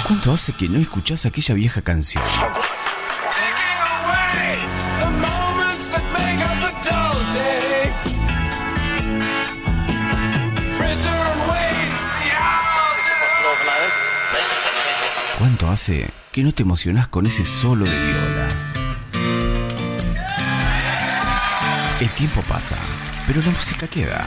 ¿Cuánto hace que no escuchás aquella vieja canción? ¿Cuánto hace que no te emocionás con ese solo de viola? El tiempo pasa, pero la música queda.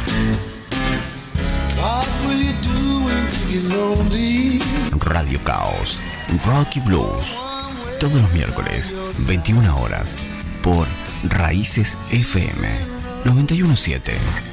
Radio Caos, Rocky Blues, todos los miércoles, 21 horas, por Raíces FM 91.7.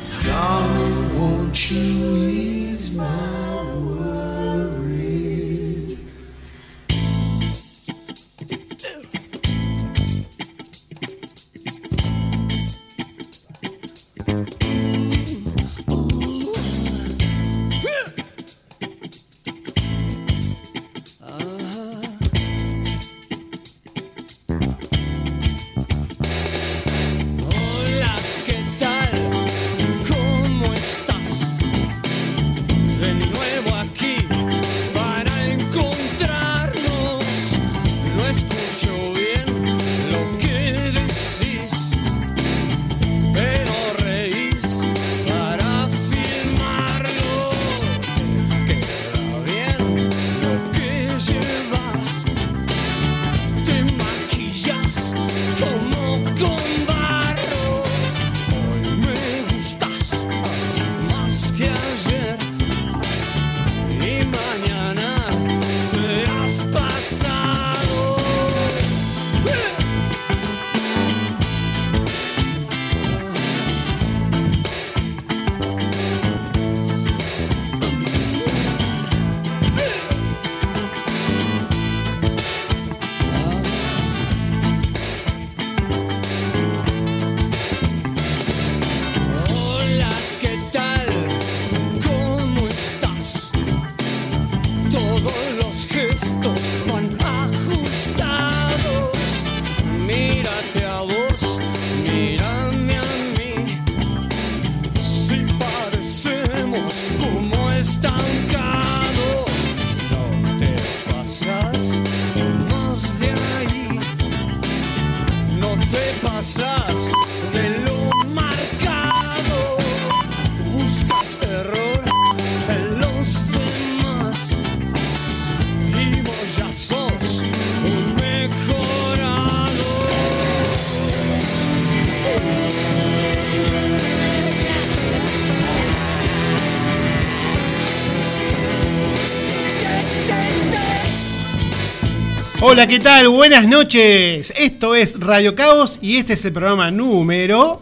Hola, ¿qué tal? Buenas noches. Esto es Radio Caos y este es el programa número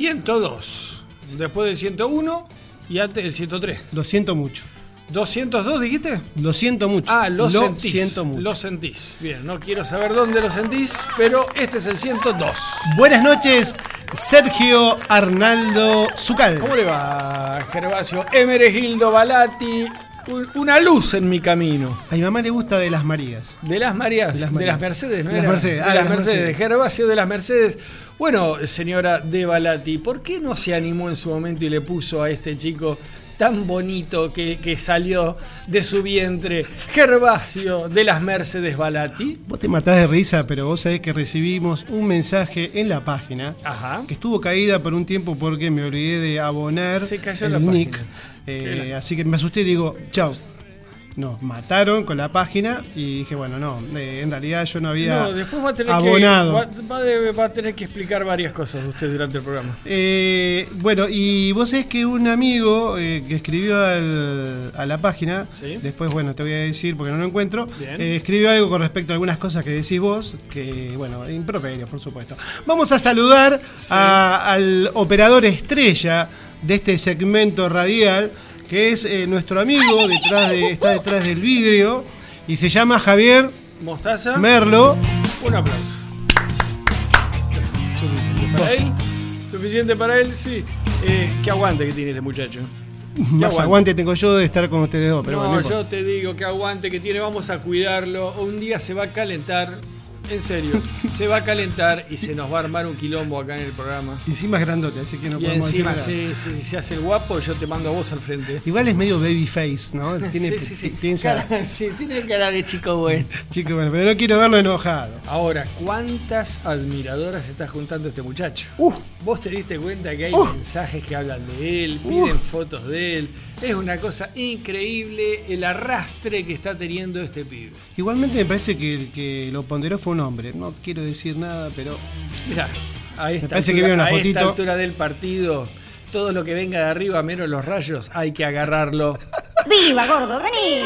102. Después del 101 y antes del 103. Lo siento mucho. ¿202 dijiste? Lo siento mucho. Ah, lo sentís. Siento mucho. Lo sentís. Bien, no quiero saber dónde lo sentís, pero este es el 102. Buenas noches, Sergio Arnaldo Zucal. ¿Cómo le va, Gervasio? Emeregildo Balati. Una luz en mi camino. A mi mamá le gusta de las Marías. De las Marías. De las Mercedes, ¿no? De las Mercedes. De las Mercedes. Gervasio de las Mercedes. Bueno, señora De Balati, ¿por qué no se animó en su momento y le puso a este chico tan bonito que salió de su vientre, Gervasio de las Mercedes Balati? Vos te matás de risa, pero vos sabés que recibimos un mensaje en la página. Ajá. Que estuvo caída por un tiempo porque me olvidé de abonar se cayó el la nick. Página. Así que me asusté y digo, chau. Nos mataron con la página y dije, bueno, no, en realidad yo no había después va a tener abonado. Va a tener que explicar varias cosas usted durante el programa. Bueno, y vos sabés que un amigo que escribió a la página, ¿sí? Después, bueno, te voy a decir porque no lo encuentro, escribió algo con respecto a algunas cosas que decís vos, que, bueno, improperios, por supuesto. Vamos a saludar al operador estrella de este segmento radial, que es nuestro amigo, está detrás del vidrio, y se llama Javier Mostaza Merlo. Un aplauso. Suficiente para él, sí. Qué aguante que tiene este muchacho. Más aguante tengo yo de estar con ustedes dos. Pero no, yo te digo, qué aguante que tiene, vamos a cuidarlo. Un día se va a calentar En serio, se va a calentar y se nos va a armar un quilombo acá en el programa. Y encima es grandote, así que no y podemos encima, decir nada. si se hace el guapo, yo te mando a vos al frente. Igual es medio babyface, ¿no? Tiene, piensa, tiene cara de chico bueno. Chico bueno, pero no quiero verlo enojado. Ahora, ¿cuántas admiradoras está juntando este muchacho? Vos te diste cuenta que hay mensajes que hablan de él, piden fotos de él. Es una cosa increíble el arrastre que está teniendo este pibe. Igualmente me parece que el que lo ponderó fue un hombre. No quiero decir nada, pero... Mirá, a esta altura del partido, todo lo que venga de arriba, menos los rayos, hay que agarrarlo. ¡Viva, gordo! ¡Vení!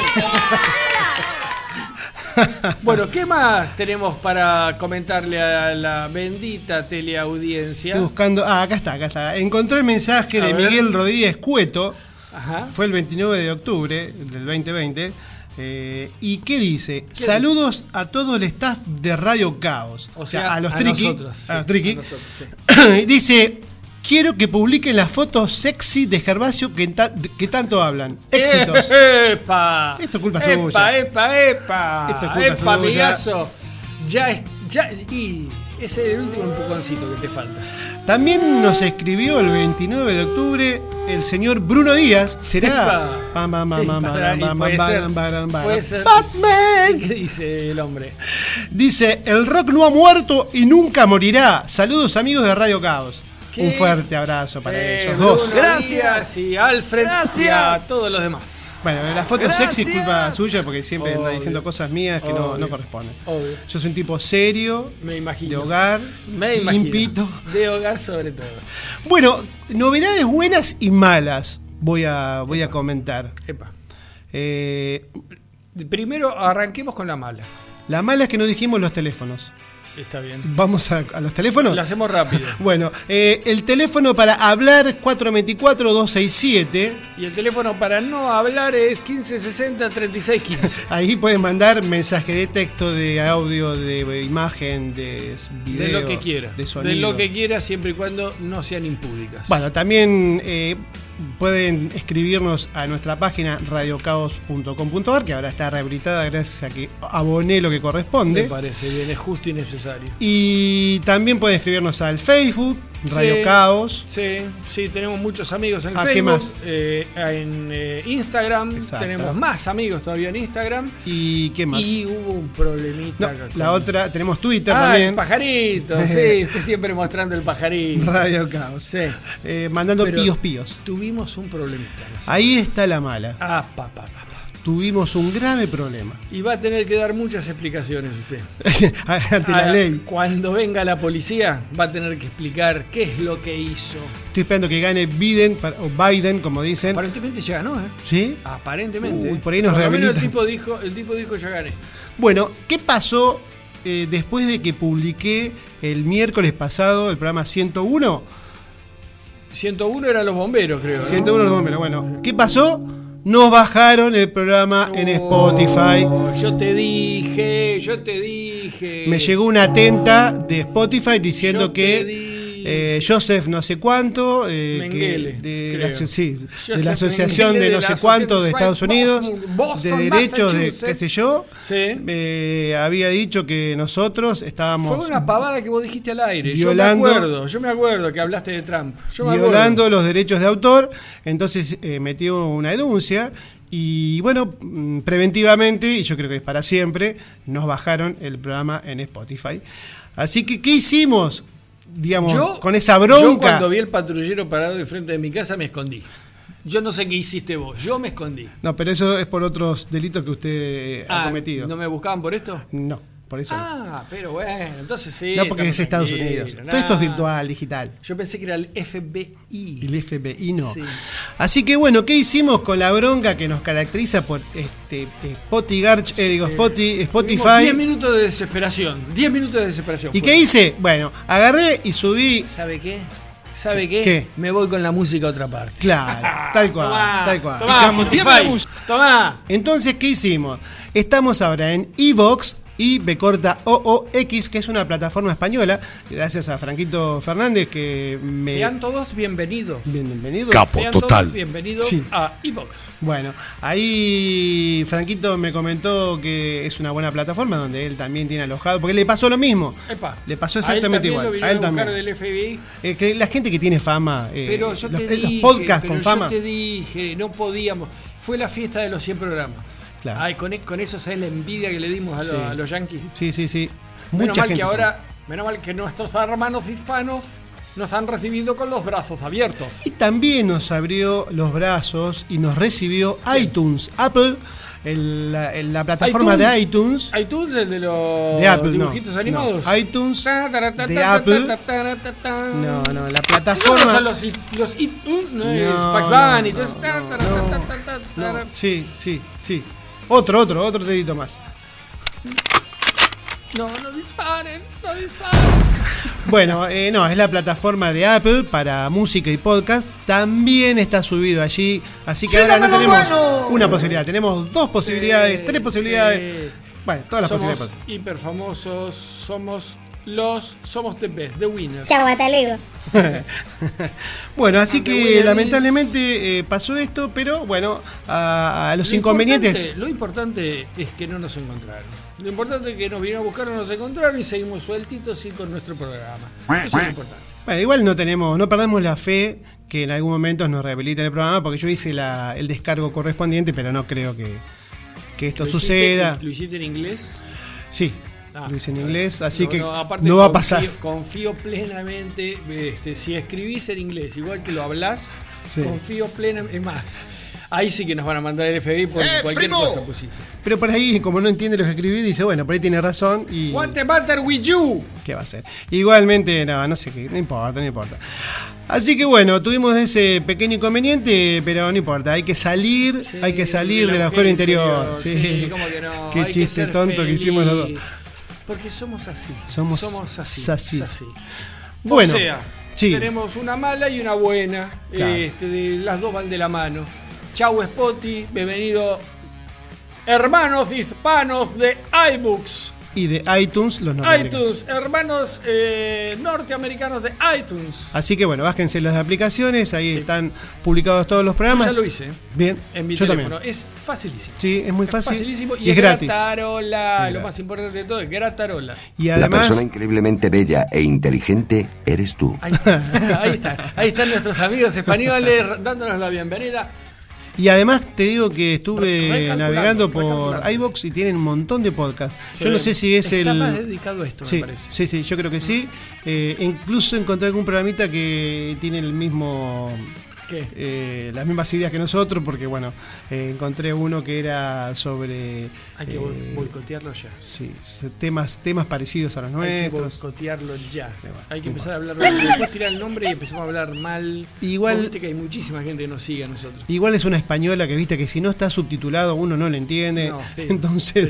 Bueno, ¿qué más tenemos para comentarle a la bendita teleaudiencia? Estoy buscando... acá está. Encontré el mensaje de Miguel Rodríguez Cueto. Ajá. Fue el 29 de octubre del 2020. ¿Y qué dice? Saludos a todo el staff de Radio Caos. O sea, a los a Triqui. Nosotros, a los Triqui. Nosotros, sí. Dice... Quiero que publiquen las fotos sexy de Gervasio que tanto hablan. Éxitos. ¡Epa! Esto es culpa suya. ¡Epa! Esto es culpa suya. Amigazo. Y ese es el último empujoncito que te falta. También nos escribió el 29 de octubre el señor Bruno Díaz. ¿Será? Puede ser. ¡Batman! ¿Qué dice el hombre? Dice, el rock no ha muerto y nunca morirá. Saludos amigos de Radio Caos. Un fuerte abrazo para ellos dos. Gracias y Alfred y a todos los demás. Bueno, la foto sexy es culpa suya porque siempre anda diciendo cosas mías que no corresponden. Obvio. Yo soy un tipo serio, me imagino. De hogar, limpito. De hogar sobre todo. Bueno, novedades buenas y malas voy a comentar. Epa. Primero arranquemos con la mala. La mala es que no dijimos los teléfonos. Está bien. ¿Vamos a los teléfonos? Lo hacemos rápido. Bueno, el teléfono para hablar 424-267. Y el teléfono para no hablar es 1560-3615. Ahí pueden mandar mensaje de texto, de audio, de imagen, de video. De lo que quiera. De sonido. De lo que quiera, siempre y cuando no sean impúdicas. Bueno, también pueden escribirnos a nuestra página radiocaos.com.ar, que ahora está rehabilitada gracias a que aboné lo que corresponde. Me parece bien, es justo y necesario. Y también pueden escribirnos al Facebook, Radio Caos. Sí, tenemos muchos amigos en el Facebook. ¿Qué más? En Instagram. Exacto. Tenemos más amigos todavía en Instagram. ¿Y qué más? Y hubo un problemita. La otra, tenemos Twitter también. El pajarito. Sí, usted siempre mostrando el pajarito. Radio Caos. Sí. Mandando píos. Tuvimos un problemita. Ahí está la mala. Tuvimos un grave problema. Y va a tener que dar muchas explicaciones usted. Ante la ley. Cuando venga la policía, va a tener que explicar qué es lo que hizo. Estoy esperando que gane Biden, o Biden, como dicen. Aparentemente ya ganó, ¿eh? ¿Sí? Aparentemente. Por ahí nos rehabilitan. El tipo dijo ya gané. Bueno, ¿qué pasó después de que publiqué el miércoles pasado el programa 101? 101 eran los bomberos, creo. 101 los bomberos. Bueno, ¿qué pasó? Nos bajaron el programa en Spotify. Yo te dije. Me llegó una atenta de Spotify diciendo que Joseph no sé cuánto, Mengele, de la asociación Mengele, de no sé cuánto de Estados Unidos, Boston, de derechos de qué sé yo, había dicho que nosotros estábamos... Fue una pavada que vos dijiste al aire. Violando, yo me acuerdo que hablaste de Trump. Violando los derechos de autor. Entonces metió una denuncia. Y bueno, preventivamente, y yo creo que es para siempre, nos bajaron el programa en Spotify. Así que, ¿qué hicimos? Digamos, con esa bronca. Yo cuando vi el patrullero parado de frente de mi casa me escondí. Yo no sé qué hiciste vos, yo me escondí. No, pero eso es por otros delitos que usted ha cometido. ¿No me buscaban por esto? No, por eso. Pero bueno, entonces sí. No, porque es Estados Unidos. Todo esto es virtual, digital. Yo pensé que era el FBI. El FBI no. Sí. Así que bueno, ¿qué hicimos con la bronca que nos caracteriza por Spotify? 10 minutos de desesperación. 10 minutos de desesperación. ¿Y qué hice? Bueno, agarré y subí. ¿Sabe qué? ¿Qué? Me voy con la música a otra parte. Claro, tal cual. Tomá, Spotify. Tomá. Entonces, ¿qué hicimos? Estamos ahora en iVoox, y BOOX, que es una plataforma española, gracias a Franquito Fernández que me... Sean todos bienvenidos. Bienvenidos. Capo, Sean total. todos bienvenidos a iVoox. Bueno, ahí Franquito me comentó que es una buena plataforma donde él también tiene alojado, porque le pasó lo mismo. Epa. Le pasó exactamente igual. A él también. Del FBI. Que la gente que tiene fama, Pero yo te dije, los podcasts con fama. Yo te dije, no podíamos. Fue la fiesta de los 100 programas. Claro. Ay, con eso, ¿sabes la envidia que le dimos a los yanquis? Sí. Menos mal que nuestros hermanos hispanos nos han recibido con los brazos abiertos. Y también nos abrió los brazos y nos recibió iTunes, Apple, la plataforma de iTunes. iTunes, el de los dibujitos animados. No, iTunes de Apple. No, la plataforma. No son los iTunes, no es Bugs Bunny, Sí. Otro dedito más. No disparen. Bueno, es la plataforma de Apple para música y podcast. También está subido allí. Así que ahora no tenemos una posibilidad, tenemos dos posibilidades, tres posibilidades. Bueno, todas las posibilidades. Somos hiperfamosos, somos the best, the winners. Chau, hasta luego. Bueno, así que lamentablemente pasó esto, pero bueno, a los inconvenientes. Lo importante es que no nos encontraron. Lo importante es que nos vinieron a buscar, no nos encontraron y seguimos sueltitos y con nuestro programa. Eso es lo importante. Bueno, igual no perdamos la fe que en algún momento nos rehabiliten el programa, porque yo hice el descargo correspondiente, pero no creo que esto suceda. ¿Lo hiciste en inglés? Sí. Lo hice en inglés, así que aparte no va a pasar. Confío plenamente, si escribís en inglés igual que lo hablás, confío plenamente, es más, ahí sí que nos van a mandar el FBI por cualquier cosa pusiste. Pero por ahí, como no entiende lo que escribí, dice, bueno, por ahí tiene razón y... What the matter with you? ¿Qué va a hacer? Igualmente, no sé qué, no importa. Así que bueno, tuvimos ese pequeño inconveniente, pero no importa, hay que salir del agujero interior. Sí, ¿cómo que no? Qué chiste tonto que hicimos los dos. Porque somos así. Somos así. Bueno, tenemos una mala y una buena. Claro. Las dos van de la mano. Chau, Spotty. Bienvenido, hermanos hispanos de iBooks. Y de iTunes, los iTunes, hermanos norteamericanos de iTunes. Así que bueno, bájense las aplicaciones, ahí están publicados todos los programas. Yo ya lo hice. Bien, en mi teléfono. También. Es facilísimo. Sí, es muy fácil. Facilísimo y es gratis. Gratarola, lo más importante de todo es Gratarola. Y además, la persona increíblemente bella e inteligente eres tú. Ahí están nuestros amigos españoles dándonos la bienvenida. Y además te digo que estuve navegando por iVoox y tienen un montón de podcasts. Yo no sé si es Está más dedicado a esto, me parece. Sí, yo creo que sí. Incluso encontré algún programita que tiene el mismo... las mismas ideas que nosotros, porque bueno, encontré uno que era sobre... Hay que boicotearlo ya. Sí, temas parecidos a los nuestros. Hay que boicotearlo ya. Hay que empezar a hablar, después tirar el nombre y empezamos a hablar mal. Igual, viste que hay muchísima gente que nos sigue a nosotros. Igual es una española que viste que si no está subtitulado uno no le entiende. Entonces...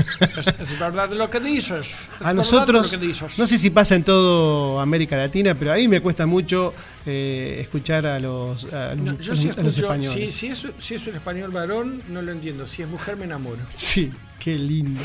Es verdad lo que dices. A nosotros, no sé si pasa en todo América Latina, pero ahí me cuesta mucho escuchar a los españoles. Si es un español varón, no lo entiendo. Si es mujer, me enamoro. Sí, qué lindo.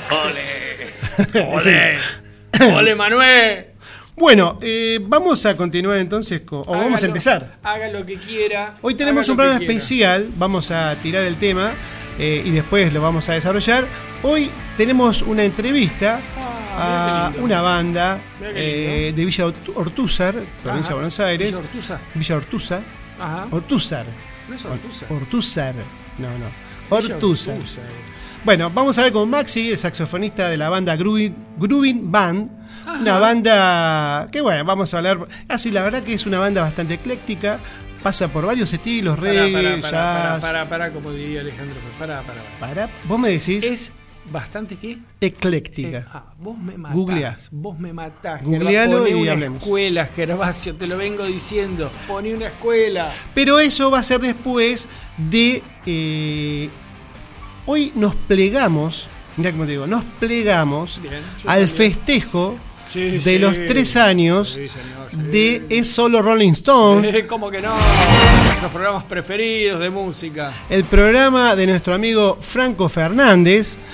¡Ole! ¡Ole, Manuel! Bueno, vamos a continuar entonces vamos a empezar. Haga lo que quiera. Hoy tenemos un programa especial, vamos a tirar el tema y después lo vamos a desarrollar. Hoy tenemos una entrevista a una banda de Villa Ortúzar, provincia de Buenos Aires. Villa Ortúzar. Ortúzar. No es Ortúzar. Ortúzar. No. Ortúzar. Bueno, vamos a hablar con Maxi, el saxofonista de la banda Groovin Band. Una banda que bueno, vamos a hablar. Así, la verdad que es una banda bastante ecléctica. Pasa por varios estilos, reggae, jazz. Para, como diría Alejandro. Para. Vos me decís. Es bastante ¿qué? Ecléctica. Vos me matás. Googleá. Vos me matás. Googlealo y una hablemos. Escuela, Gervasio, te lo vengo diciendo. Poné una escuela. Pero eso va a ser después de... hoy nos plegamos, mirá como te digo, al festejo de los 3 años de Es Solo Rolling Stone. ¿Cómo que no? Nuestros programas preferidos de música. El programa de nuestro amigo Franco Fernández,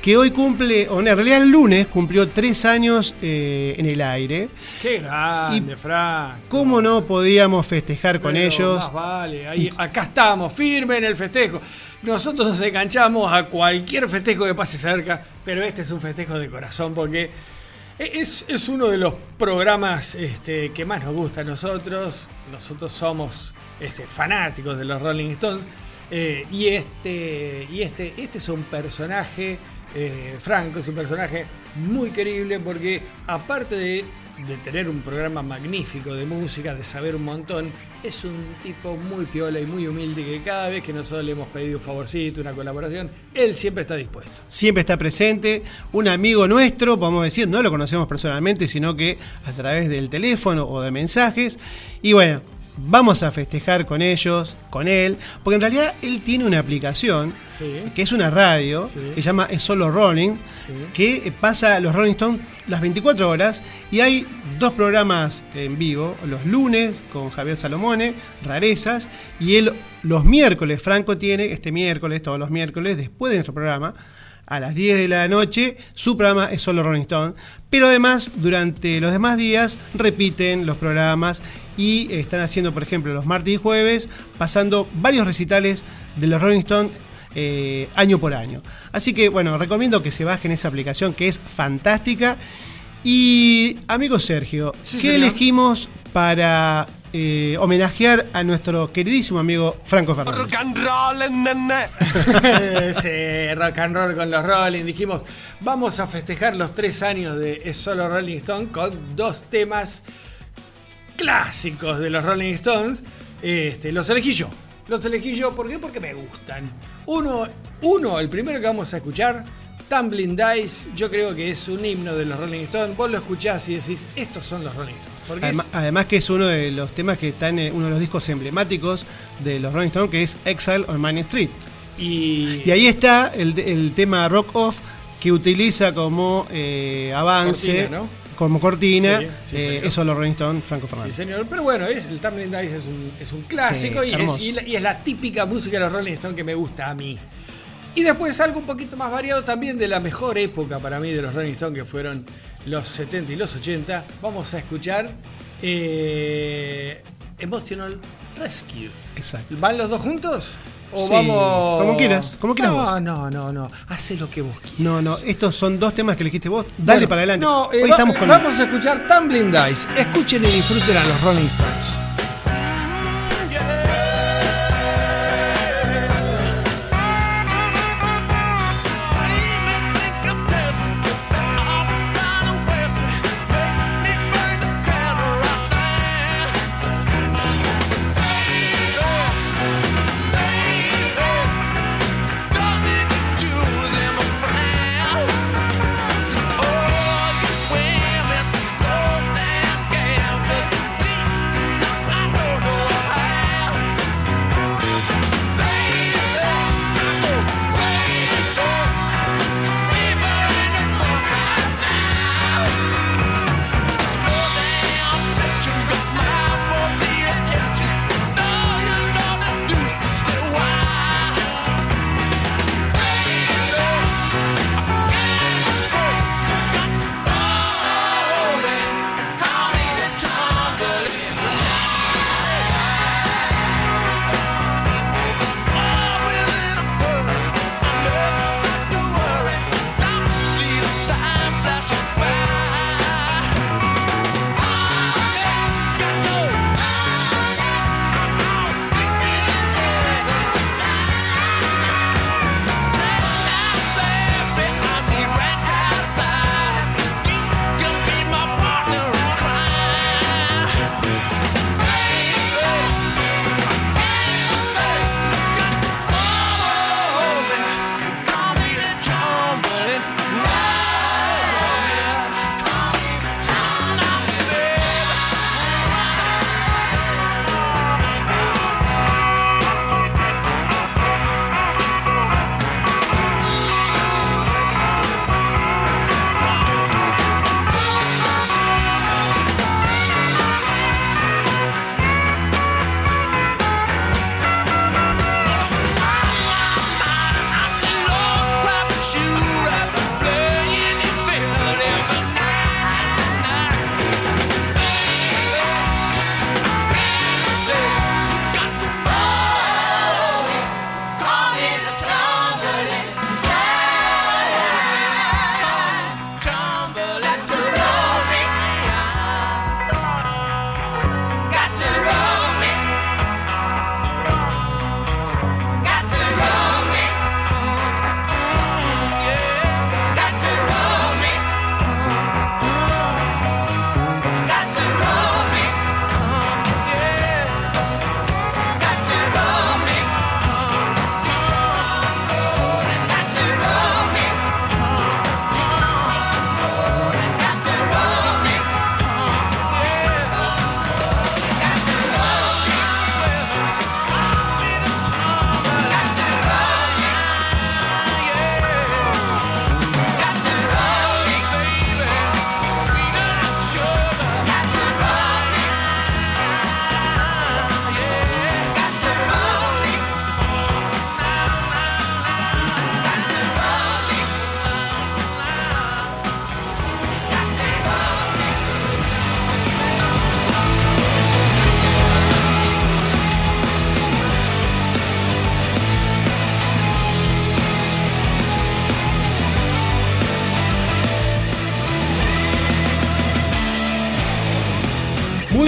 que hoy cumple, o en realidad el lunes cumplió 3 años en el aire. ¡Qué grande, Franco! ¿Cómo no podíamos festejar con ellos? Más vale, ahí, acá estamos, firme en el festejo. Nosotros nos enganchamos a cualquier festejo que pase cerca, pero este es un festejo de corazón porque es uno de los programas que más nos gusta a nosotros. Nosotros somos fanáticos de los Rolling Stones. Y este es un personaje, Franco, es un personaje muy querible porque aparte de tener un programa magnífico de música, de saber un montón, es un tipo muy piola y muy humilde que cada vez que nosotros le hemos pedido un favorcito, una colaboración, él siempre está dispuesto. Siempre está presente, un amigo nuestro, podemos decir, no lo conocemos personalmente, sino que a través del teléfono o de mensajes. Y bueno, vamos a festejar con ellos, con él, porque en realidad él tiene una aplicación, sí, que es una radio, sí, que se llama Es Solo Rolling, sí, que pasa los Rolling Stones las 24 horas y hay 2 programas en vivo, los lunes con Javier Salomone, Rarezas, y él los miércoles, Franco tiene todos los miércoles, después de nuestro programa, a las 10 de la noche, su programa Es Solo Rolling Stone, pero además durante los demás días repiten los programas y están haciendo, por ejemplo, los martes y jueves, pasando varios recitales de los Rolling Stone año por año. Así que, bueno, recomiendo que se bajen esa aplicación que es fantástica. Y, amigo Sergio, sí, ¿qué elegimos para homenajear a nuestro queridísimo amigo Franco Fernández? Rock and roll, nene. Sí, rock and roll con los Rolling. Dijimos, vamos a festejar los 3 años de Es Solo Rolling Stone con 2 temas clásicos de los Rolling Stones. Los elegí yo. ¿Por qué? Porque me gustan. Uno, el primero que vamos a escuchar, Tumbling Dice, yo creo que es un himno de los Rolling Stones. Vos lo escuchás y decís, estos son los Rolling Stones. Además que es uno de los temas que está en uno de los discos emblemáticos de los Rolling Stones, que es Exile on Main Street. Y ahí está el tema Rock Off, que utiliza como avance, cortina, ¿no? Como cortina, sí, eso lo Rolling Stone, Franco Fernández. Sí, señor, pero bueno, el Tumbling Dice es un clásico, sí, y es la típica música de los Rolling Stone que me gusta a mí. Y después algo un poquito más variado también de la mejor época para mí de los Rolling Stones, que fueron los 70 y los 80. Vamos a escuchar Emotional Rescue. Exacto. ¿Van los 2 juntos? ¿O sí, vamos? Como quieras vos. No. Hacé lo que vos quieras. No, estos son 2 temas que elegiste vos. Dale, bueno, para adelante. Hoy estamos con... Vamos a escuchar Tumbling Dice. Escuchen y disfruten a los Rolling Stones.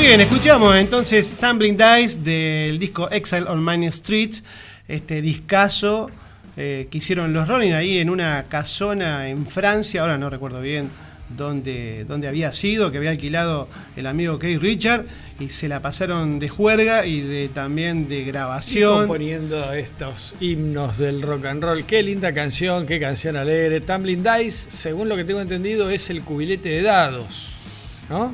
bien, escuchamos entonces Tumbling Dice del disco Exile on Main Street, este discazo que hicieron los Rolling ahí en una casona en Francia, ahora no recuerdo bien dónde había sido, que había alquilado el amigo Keith Richards, y se la pasaron de juerga y también de grabación. Y componiendo estos himnos del rock and roll. Qué linda canción, qué canción alegre. Tumbling Dice, según lo que tengo entendido, es el cubilete de dados, ¿no?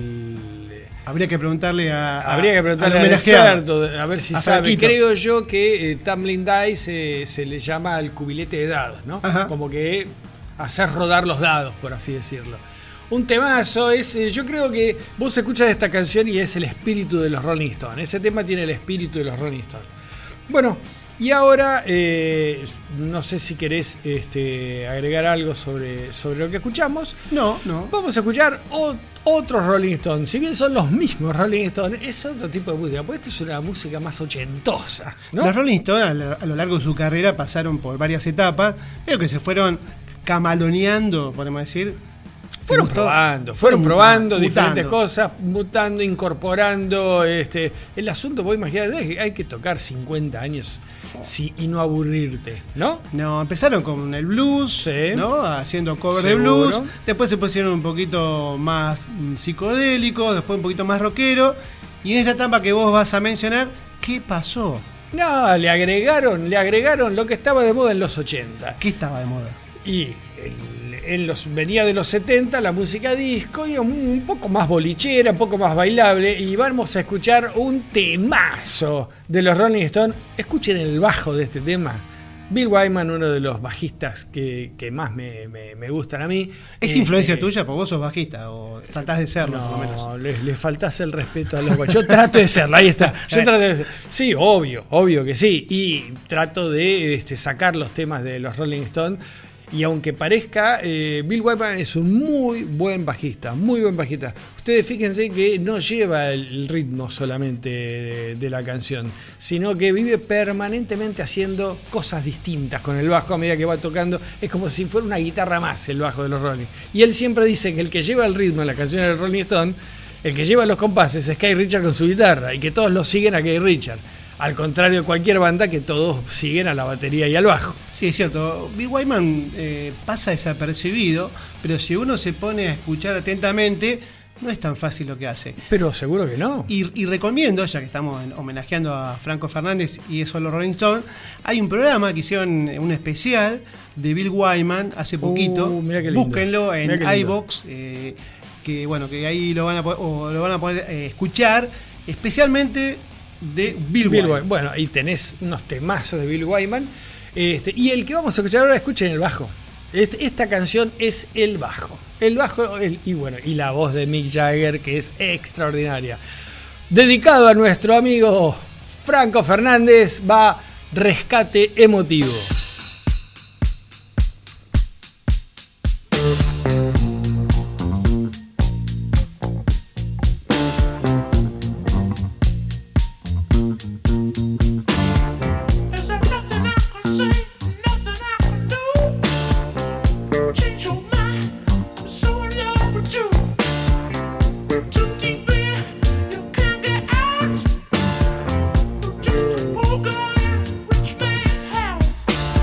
Habría que preguntarle al experto, a ver si sabe. Franquito. Creo yo que Tumbling Dice se le llama el cubilete de dados, ¿no? Ajá. Como que hacer rodar los dados, por así decirlo. Un temazo, yo creo que vos escuchas esta canción y es el espíritu de los Rolling Stones. Ese tema tiene el espíritu de los Rolling Stones. Bueno, y ahora no sé si querés agregar algo sobre lo que escuchamos. No. Vamos a escuchar otros Rolling Stones. Si bien son los mismos Rolling Stones, es otro tipo de música, porque esta es una música más ochentosa, ¿no? Los Rolling Stones a lo largo de su carrera pasaron por varias etapas, pero que se fueron camaloneando, podemos decir. Fueron probando diferentes cosas, mutando, incorporando. El asunto, vos imaginate, hay que tocar 50 años y no aburrirte, ¿no? No, empezaron con el blues, sí, ¿no? Haciendo cover de blues. Después se pusieron un poquito más psicodélicos, después un poquito más rockero. Y en esta etapa que vos vas a mencionar, ¿qué pasó? No, le agregaron lo que estaba de moda en los 80. ¿Qué estaba de moda? Y venía de los 70 la música disco y un poco más bolichera, un poco más bailable, y vamos a escuchar un temazo de los Rolling Stones. Escuchen el bajo de este tema. Bill Wyman, uno de los bajistas que más me gustan a mí. ¿Es influencia tuya? Porque vos sos bajista, o tratás de serlo, no, por lo menos. No, le faltás el respeto a los bajistas. Yo trato de serlo, ahí está. Yo trato de ser. Sí, obvio que sí. Y trato de sacar los temas de los Rolling Stones. Y aunque parezca, Bill Wyman es un muy buen bajista. Ustedes fíjense que no lleva el ritmo solamente de la canción, sino que vive permanentemente haciendo cosas distintas con el bajo a medida que va tocando. Es como si fuera una guitarra más el bajo de los Rolling. Y él siempre dice que el que lleva el ritmo en las canciones de Rolling Stone, el que lleva los compases es Keith Richards con su guitarra, y que todos lo siguen a Keith Richards. Al contrario de cualquier banda, que todos siguen a la batería y al bajo. Sí, es cierto. Bill Wyman pasa desapercibido, pero si uno se pone a escuchar atentamente, no es tan fácil lo que hace. Pero seguro que no. Y recomiendo, ya que estamos homenajeando a Franco Fernández y eso los Rolling Stones, hay un programa que hicieron, un especial de Bill Wyman hace poquito. Búsquenlo en iVoox, que ahí lo van a poder escuchar, especialmente de Bill Wyman. Bueno, ahí tenés unos temazos de Bill Wyman. Y el que vamos a escuchar ahora, escuchen el bajo. Esta canción es el bajo. Y la voz de Mick Jagger, que es extraordinaria. Dedicado a nuestro amigo Franco Fernández, va Rescate Emotivo. Just a poor girl in rich man's house.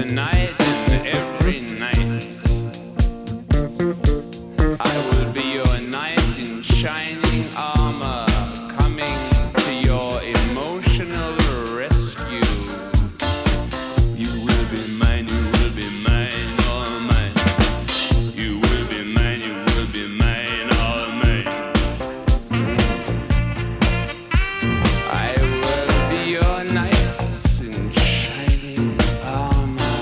tonight and every night. I will be your knight in shining armor, coming to your emotional rescue. You will be mine, you will be mine, all mine. You will be mine, you will be mine, all mine. I will be your knight in shining armor,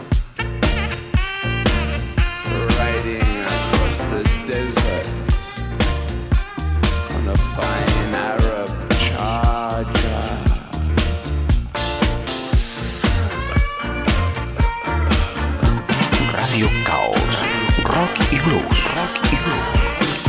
riding across the desert on a fine Arab charger. Radio Caos. Rock y blues. Rock y blues.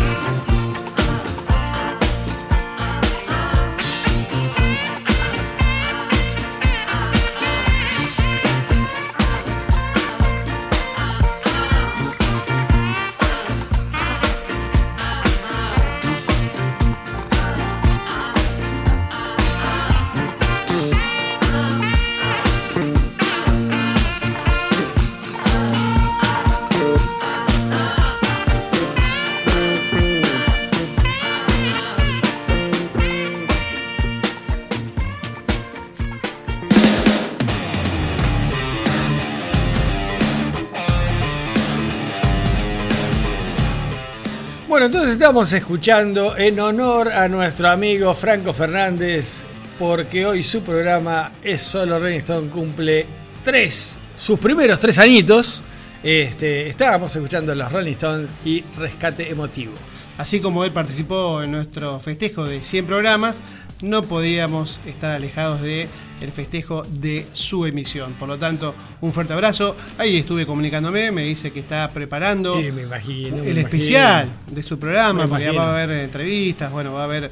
Bueno, entonces estamos escuchando en honor a nuestro amigo Franco Fernández, porque hoy su programa Es Solo Rolling Stone cumple sus primeros 3 añitos. Estábamos escuchando los Rolling Stones y Rescate Emotivo. Así como él participó en nuestro festejo de 100 programas, no podíamos estar alejados de el festejo de su emisión. Por lo tanto, un fuerte abrazo. Ahí estuve comunicándome, me dice que está preparando el especial de su programa, porque va a haber entrevistas, bueno, va a haber...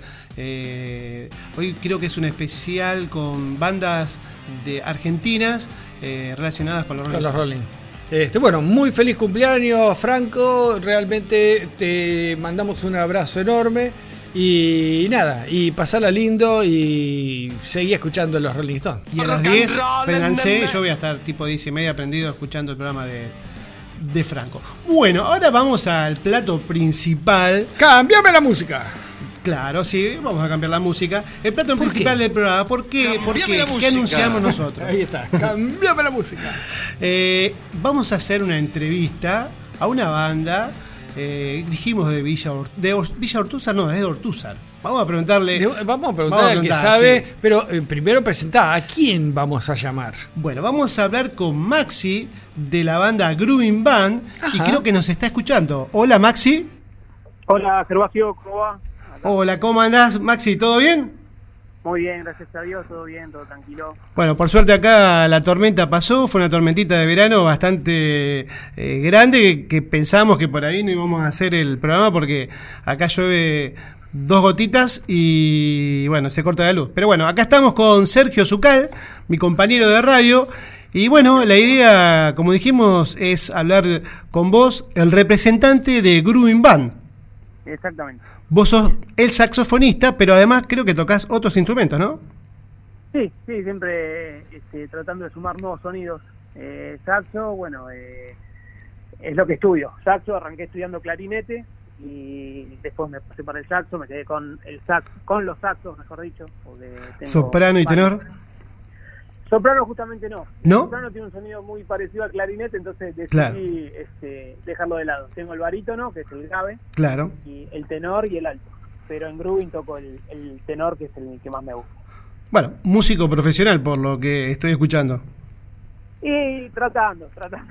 hoy creo que es un especial con bandas de argentinas relacionadas con los Rolling. Bueno, muy feliz cumpleaños, Franco. Realmente te mandamos un abrazo enorme. Y nada, y pasarla lindo y seguí escuchando los Rolling Stones. Y a las 10, vénganse, yo voy a estar tipo 10:30 prendido escuchando el programa de Franco. Bueno, ahora vamos al plato principal. ¡Cámbiame la música! Claro, sí, vamos a cambiar la música. El plato principal del programa, ¿por qué? ¿Qué anunciamos nosotros? Ahí está, cambiame la música. Vamos a hacer una entrevista a una banda. Dijimos de Villa Ortúzar, no, es de Ortúzar. Vamos a preguntarle al que sabe, sí. Pero primero presentá, ¿a quién vamos a llamar? Bueno, vamos a hablar con Maxi de la banda Grooving Band. Ajá. Y creo que nos está escuchando. Hola, Maxi. Hola, Gervasio, ¿cómo va? Hola, ¿cómo andás, Maxi? ¿Todo bien? Muy bien, gracias a Dios, todo bien, todo tranquilo. Bueno, por suerte acá la tormenta pasó, fue una tormentita de verano bastante grande, que pensábamos que por ahí no íbamos a hacer el programa porque acá llueve 2 gotitas y bueno, se corta la luz. Pero bueno, acá estamos con Sergio Zucal, mi compañero de radio, y bueno, la idea, como dijimos, es hablar con vos, el representante de Grooving Band. Exactamente. Vos sos el saxofonista, pero además creo que tocas otros instrumentos, ¿no? Sí, siempre tratando de sumar nuevos sonidos. Saxo, bueno, es lo que estudio. Saxo, arranqué estudiando clarinete y después me pasé para el saxo, me quedé con los saxos, mejor dicho. ¿Soprano y tenor? Soprano justamente no. ¿No? Soprano tiene un sonido muy parecido al clarinete, entonces decidí dejarlo de lado. Tengo el barítono, que es el grave, claro, y el tenor y el alto. Pero en grooving toco el tenor, que es el que más me gusta. Bueno, músico profesional, por lo que estoy escuchando. Y tratando.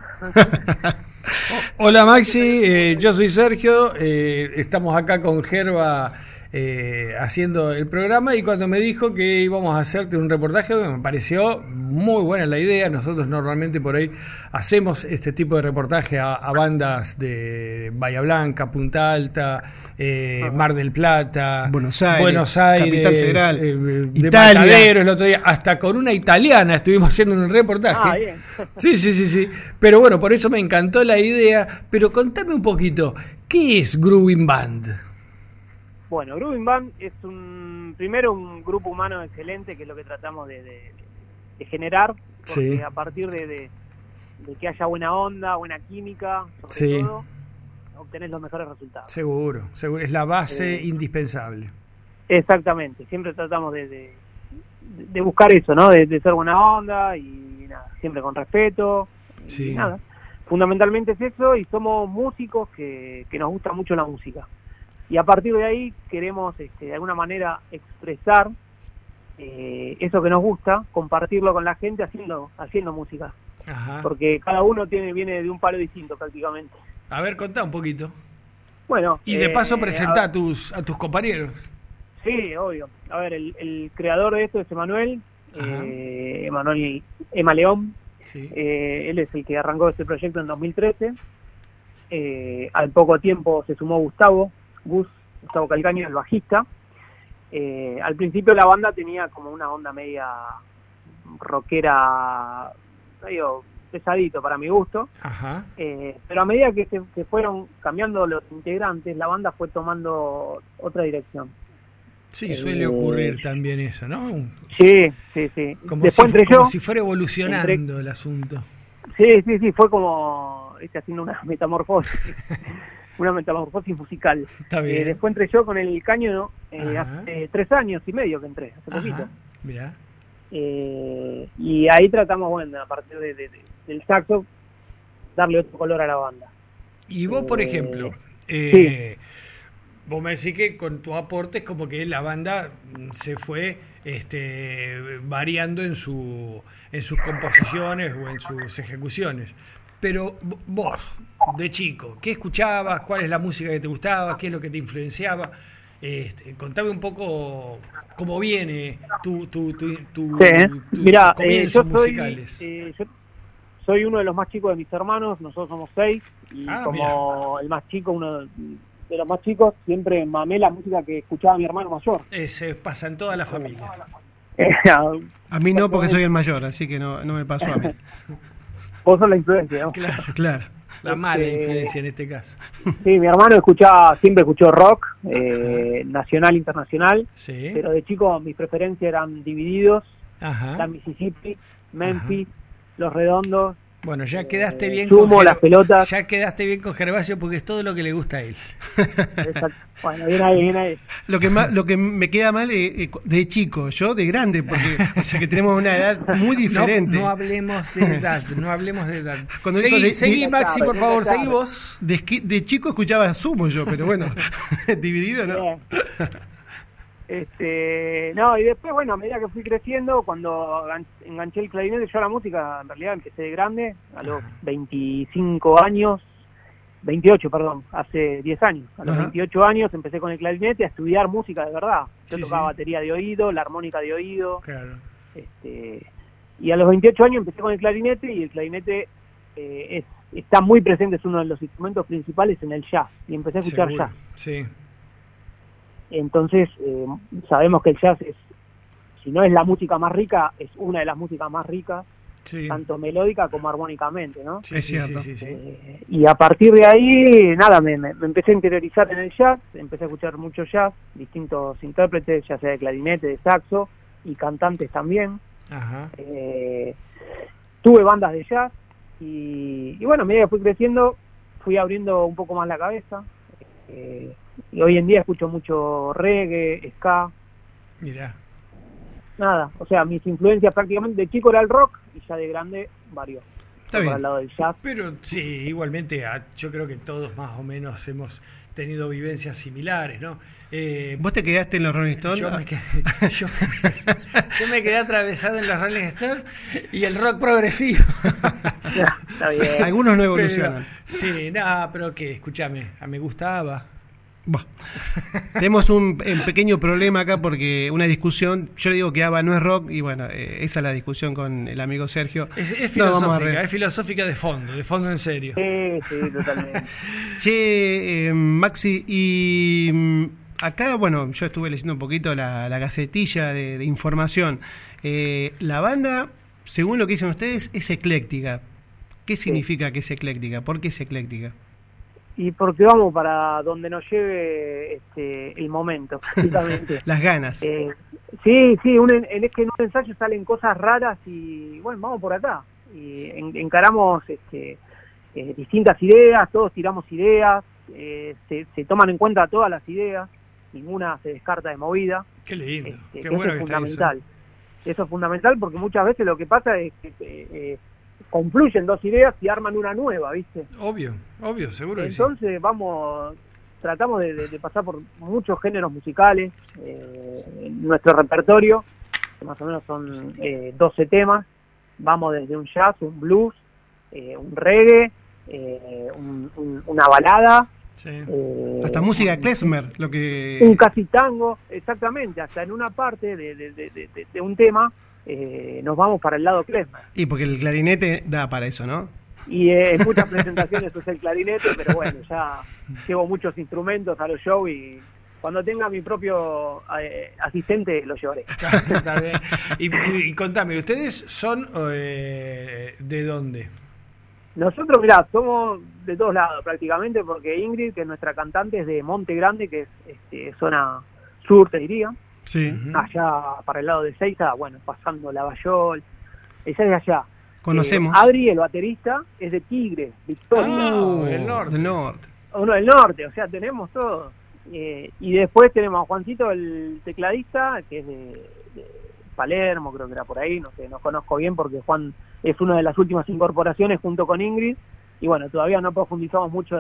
Hola, Maxi, yo soy Sergio, estamos acá con Gerva haciendo el programa, y cuando me dijo que íbamos a hacerte un reportaje me pareció muy buena la idea. Nosotros normalmente por ahí hacemos este tipo de reportaje a bandas de Bahía Blanca, Punta Alta, Mar del Plata, Buenos Aires, Capital Federal, de Matadero el otro día, hasta con una italiana estuvimos haciendo un reportaje. Bien. Sí. Pero bueno, por eso me encantó la idea. Pero contame un poquito, ¿qué es Grooving Band? Bueno, Grooving Band es primero un grupo humano excelente, que es lo que tratamos de generar, porque a partir de de que haya buena onda, buena química, sobre todo, obtenés los mejores resultados. Seguro, es la base indispensable. Exactamente, siempre tratamos de buscar eso, ¿no? De ser buena onda y nada, siempre con respeto. Sí. Y nada, fundamentalmente es eso, y somos músicos que nos gusta mucho la música. Y a partir de ahí queremos de alguna manera expresar eso que nos gusta, compartirlo con la gente haciendo música. Ajá. Porque cada uno viene de un palo distinto prácticamente. A ver, contá un poquito. Bueno, Y de paso presentá a tus compañeros. Sí, obvio. A ver, el creador de esto es Emanuel, Emma León. Sí. Él es el que arrancó este proyecto en 2013. Al poco tiempo se sumó Gustavo Calcaño, el bajista. Al principio la banda tenía como una onda media rockera, medio pesadito para mi gusto. Ajá. Pero a medida que se fueron cambiando los integrantes, la banda fue tomando otra dirección. Sí, suele ocurrir también eso, ¿no? Sí. Como Después como si fuera evolucionando el asunto. Sí, fue como haciendo una metamorfosis. Una metamorfosis musical. Está bien. Después entré yo con el Caño hace 3 años y medio que entré, hace poquito. Mirá. Y ahí tratamos, bueno, a partir del saxo, darle otro color a la banda. Y vos, por ejemplo, sí. Vos me decís que con tu aporte es como que la banda se fue variando en sus composiciones o en sus ejecuciones. Pero vos, de chico, ¿qué escuchabas? ¿Cuál es la música que te gustaba? ¿Qué es lo que te influenciaba? Contame un poco cómo viene tus Mirá, comienzos musicales. Yo soy uno de los más chicos de mis hermanos, nosotros somos 6, y como el más chico, uno de los más chicos, siempre mamé la música que escuchaba mi hermano mayor. Se pasa en toda la familia. A mí no, porque soy el mayor, así que no me pasó a mí. Vos sos la influencia, ¿no? Claro. La mala influencia en este caso. Sí, mi hermano siempre escuchó rock, nacional, internacional, sí. Pero de chico mis preferencias eran Divididos, Ajá. Mississippi, Memphis, Los Redondos. Bueno, ya quedaste bien Sumo, Las Pelotas. Ya quedaste bien con Gervasio porque es todo lo que le gusta a él. Exacto. Bueno, bien ahí. Lo que me queda mal de chico, yo de grande, porque o sea que tenemos una edad muy diferente. No hablemos de edad, Cuando seguí Maxi, por favor, seguí vos. De chico escuchaba Sumo yo, pero bueno, Dividido no. No, y después, bueno, a medida que fui creciendo, cuando enganché el clarinete, yo a la música, en realidad empecé de grande, a los 28, hace 10 años. A los 28 años empecé con el clarinete a estudiar música de verdad. Yo tocaba batería de oído, la armónica de oído. Claro. Y a los 28 años empecé con el clarinete, y el clarinete está muy presente, es uno de los instrumentos principales en el jazz, y empecé a escuchar jazz. Sí. Entonces, sabemos que el jazz si no es la música más rica, es una de las músicas más ricas, sí. Tanto melódica como armónicamente, ¿no? Sí, es cierto. Sí. Y a partir de ahí, nada, me empecé a interiorizar en el jazz, empecé a escuchar mucho jazz, distintos intérpretes, ya sea de clarinete, de saxo, y cantantes también. Ajá. Tuve bandas de jazz, y bueno, a medida que fui creciendo, fui abriendo un poco más la cabeza. Y hoy en día escucho mucho reggae, ska. Mirá. Nada, o sea, mis influencias prácticamente de chico era el rock, y ya de grande varió. Está bien. Al lado del jazz. Pero sí, igualmente yo creo que todos más o menos hemos tenido vivencias similares, ¿no? ¿Vos te quedaste en los Rolling Stones? Yo me quedé atravesado en los Rolling Stones y el rock progresivo. Está bien. Algunos no evolucionan. Sí, nada, pero que, escúchame, me gustaba. Tenemos un pequeño problema acá porque una discusión, yo le digo que ABBA no es rock, y bueno, esa es la discusión con el amigo Sergio. Es filosófica, es filosófica de fondo en serio. Sí, totalmente. Che, Maxi, y acá, bueno, yo estuve leyendo un poquito la gacetilla de información. La banda, según lo que dicen ustedes, es ecléctica. ¿Qué significa que es ecléctica? ¿Por qué es ecléctica? Y porque vamos para donde nos lleve el momento, prácticamente. Las ganas. Sí, es que en un ensayo salen cosas raras y bueno, vamos por acá. encaramos distintas ideas, todos tiramos ideas, se toman en cuenta todas las ideas, ninguna se descarta de movida. Qué lindo, qué eso bueno es que fundamental. Eso es fundamental porque muchas veces lo que pasa es que confluyen dos ideas y arman una nueva, ¿viste? Obvio, seguro que sí. Entonces tratamos de pasar por muchos géneros musicales, nuestro repertorio, que más o menos son 12 temas, vamos desde un jazz, un blues, un reggae, una balada, Sí. Hasta música klezmer, lo que... un casi tango, exactamente, hasta en una parte de un tema nos vamos para el lado klezmer. Y porque el clarinete da para eso, ¿no? Y en muchas presentaciones usa el clarinete, pero bueno, ya llevo muchos instrumentos a los shows y cuando tenga mi propio asistente lo llevaré. Está bien. Y contame, ¿ustedes son de dónde? Nosotros, mirá, somos de todos lados prácticamente, porque Ingrid, que es nuestra cantante, es de Monte Grande, que es zona sur, te diría. Sí. Allá para el lado de Seiza, bueno, pasando Lavallol, ella es de allá. Conocemos. Adri, el baterista, es de Tigre, Victoria. Del norte. Del norte. Uno del norte, o sea, tenemos todo. Y después tenemos a Juancito, el tecladista, que es de Palermo, creo que era por ahí, no sé, no conozco bien porque Juan es una de las últimas incorporaciones junto con Ingrid, y bueno, todavía no profundizamos mucho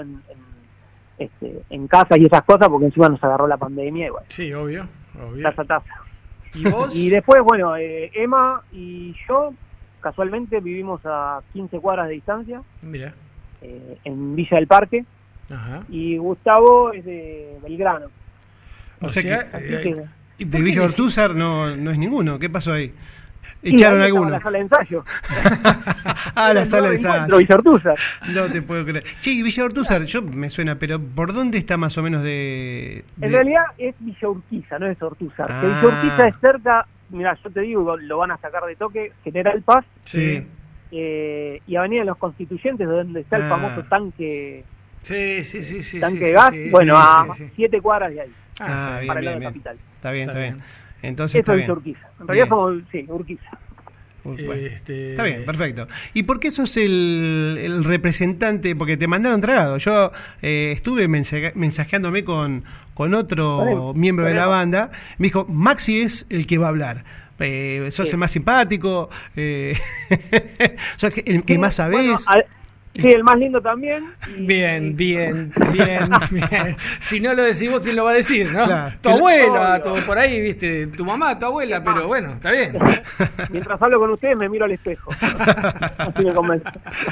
en casas y esas cosas porque encima nos agarró la pandemia y bueno. Sí, obvio. Taza. ¿Y vos? Y después, bueno, Emma y yo casualmente vivimos a 15 cuadras de distancia. Mira. En Villa del Parque. Ajá. Y Gustavo es de Belgrano. O sea, de Villa Ortúzar no es ninguno. ¿Qué pasó ahí? Echaron alguno. La sala de ensayo. La sala de ensayo. Villa Ortúzar. No te puedo creer. Che, y Villa Ortúzar, yo me suena, pero ¿por dónde está más o menos de...? En realidad es Villa Urquiza, no es Ortúzar. Que Villa Urquiza es cerca, mirá, yo te digo, lo van a sacar de toque, General Paz. Sí. Y Avenida de los Constituyentes, donde está el famoso tanque... Sí. Tanque de gas, bueno, a 7 cuadras de ahí. Bien, para el lado bien. de Capital. Está bien. Entonces eso es Urquiza. En realidad somos, Urquiza. Bueno, está bien, perfecto. ¿Y por qué sos el representante? Porque te mandaron tragado. Yo estuve mensajeándome con otro miembro de la banda. Me dijo, Maxi es el que va a hablar. Sos el más simpático, sos el que más sabés. Bueno, sí, el más lindo también. Bien. Si no lo decís vos, ¿quién lo va a decir, no? Claro. Tu abuela, por ahí, viste, tu mamá, tu abuela, pero bueno, está bien. Mientras hablo con ustedes me miro al espejo. Así me convence.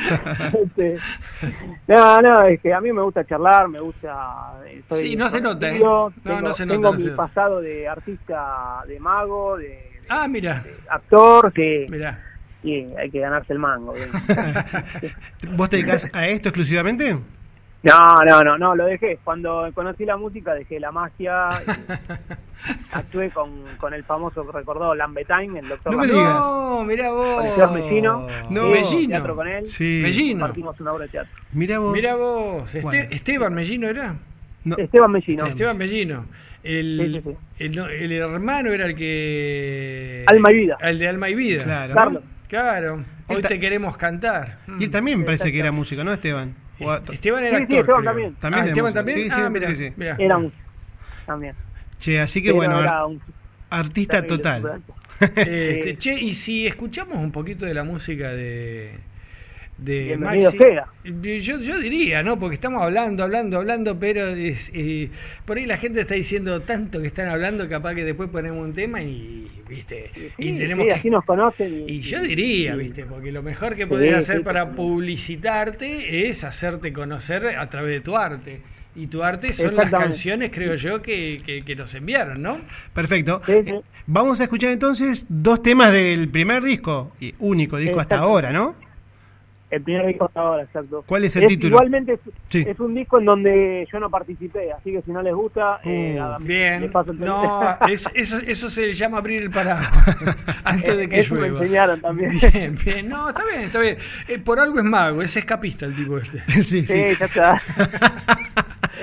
No, es que a mí me gusta charlar, me gusta... Sí, no se nota, ¿eh? No se nota. Tengo mi pasado de artista, de mago, mira. de actor, que... Mirá. Y hay que ganarse el mango. ¿Vos te dedicás a esto exclusivamente? No, lo dejé. Cuando conocí la música dejé la magia. Actué con el famoso, recordó, Lambetain, el doctor. No me digas. No, mirá vos. Con el señor Mellino. Mellino. Teatro con él. Sí. Mellino. Partimos una obra de teatro. Mirá vos. Bueno. Esteban Mellino era. No. Esteban Mellino. Esteban Mellino. Sí. El hermano era el que... Alma y Vida. El de Alma y Vida. Claro. Carlos. Claro. Hoy te queremos cantar. Y él también me parece que era músico, ¿no, Esteban? Esteban era actor. Sí, Esteban creo. también. ¿También Esteban también. Sí. Mirá. Era músico. También. Che, así que Pero bueno, era un artista terrible total. Che, y si escuchamos un poquito de la música de Bienvenido Maxi, sea. yo diría, ¿no? Porque estamos hablando, pero por ahí la gente está diciendo tanto que están hablando, capaz que después ponemos un tema y, ¿viste? Y tenemos así nos conocen. Y yo diría, ¿viste? Porque lo mejor que podés hacer para publicitarte es hacerte conocer a través de tu arte. Y tu arte son las canciones, creo yo, que nos enviaron, ¿no? Perfecto. Sí. Vamos a escuchar entonces 2 temas del primer disco, y único disco hasta ahora, ¿no? El primer disco hasta ahora, exacto. ¿Cuál es el título? Igualmente Sí. es un disco en donde yo no participé, así que si no les gusta, Bien, les paso el no, eso se le llama abrir el paraguas antes de que eso me llueva. enseñaron también. Bien, no, está bien. Por algo es mago, es escapista el tipo este. Sí. Sí, ya está.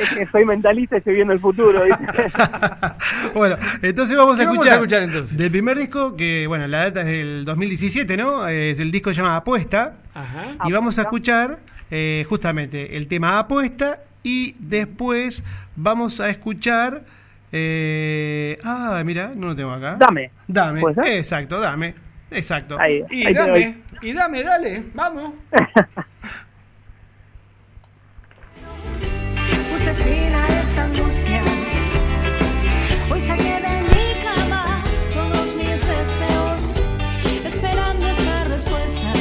Es que soy mentalista y estoy viendo el futuro, ¿viste? Bueno, entonces vamos a escuchar entonces? del primer disco, que bueno, la data es del 2017, ¿no? El disco se llama Apuesta. Ajá. Y vamos a escuchar justamente el tema Apuesta y después vamos a escuchar... mira, no lo tengo acá. Dame. Dame, exacto, dame. Exacto. Ahí Y dame, dale, vamos. Puse fin a esta angustia. Hoy saqué de mi cama todos mis deseos, esperando esa respuesta.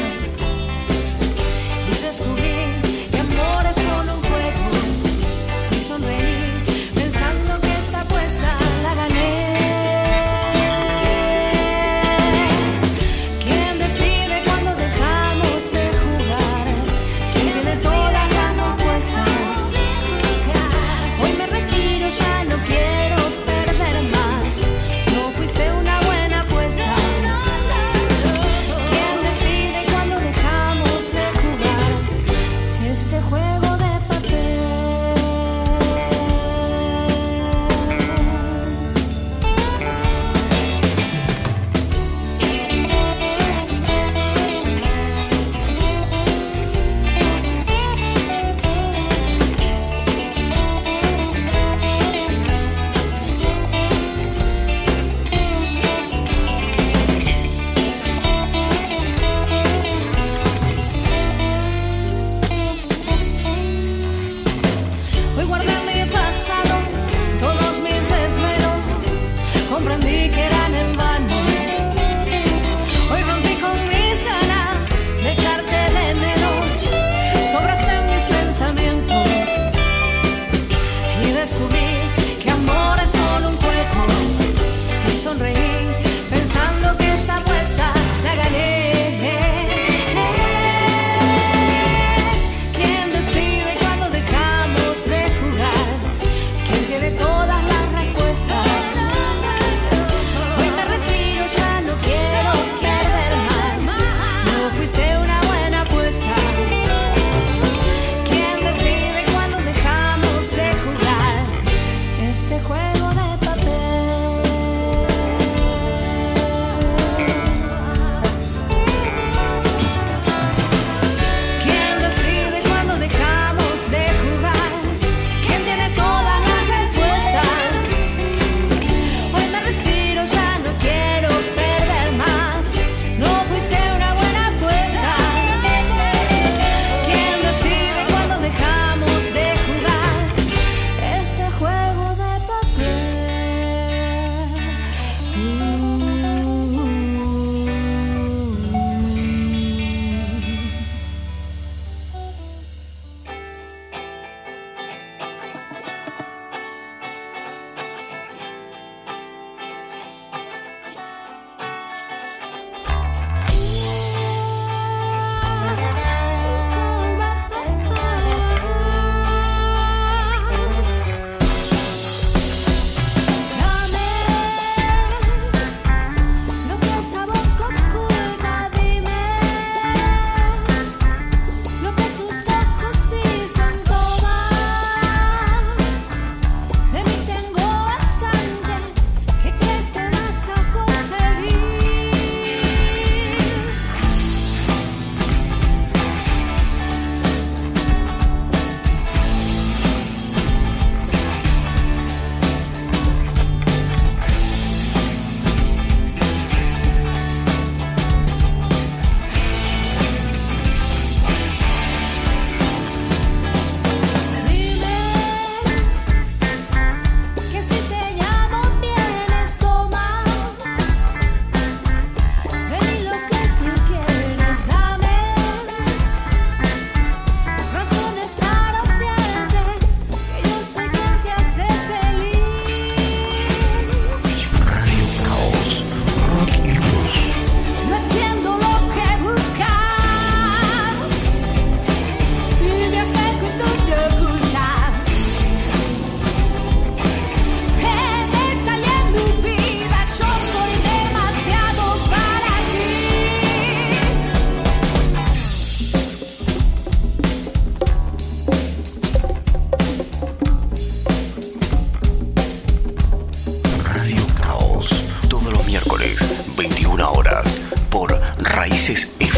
Y descubrí que amor es solo un juego. Y sonreí pensando que esta apuesta la gané. ¿Quién decide cuándo dejamos de jugar?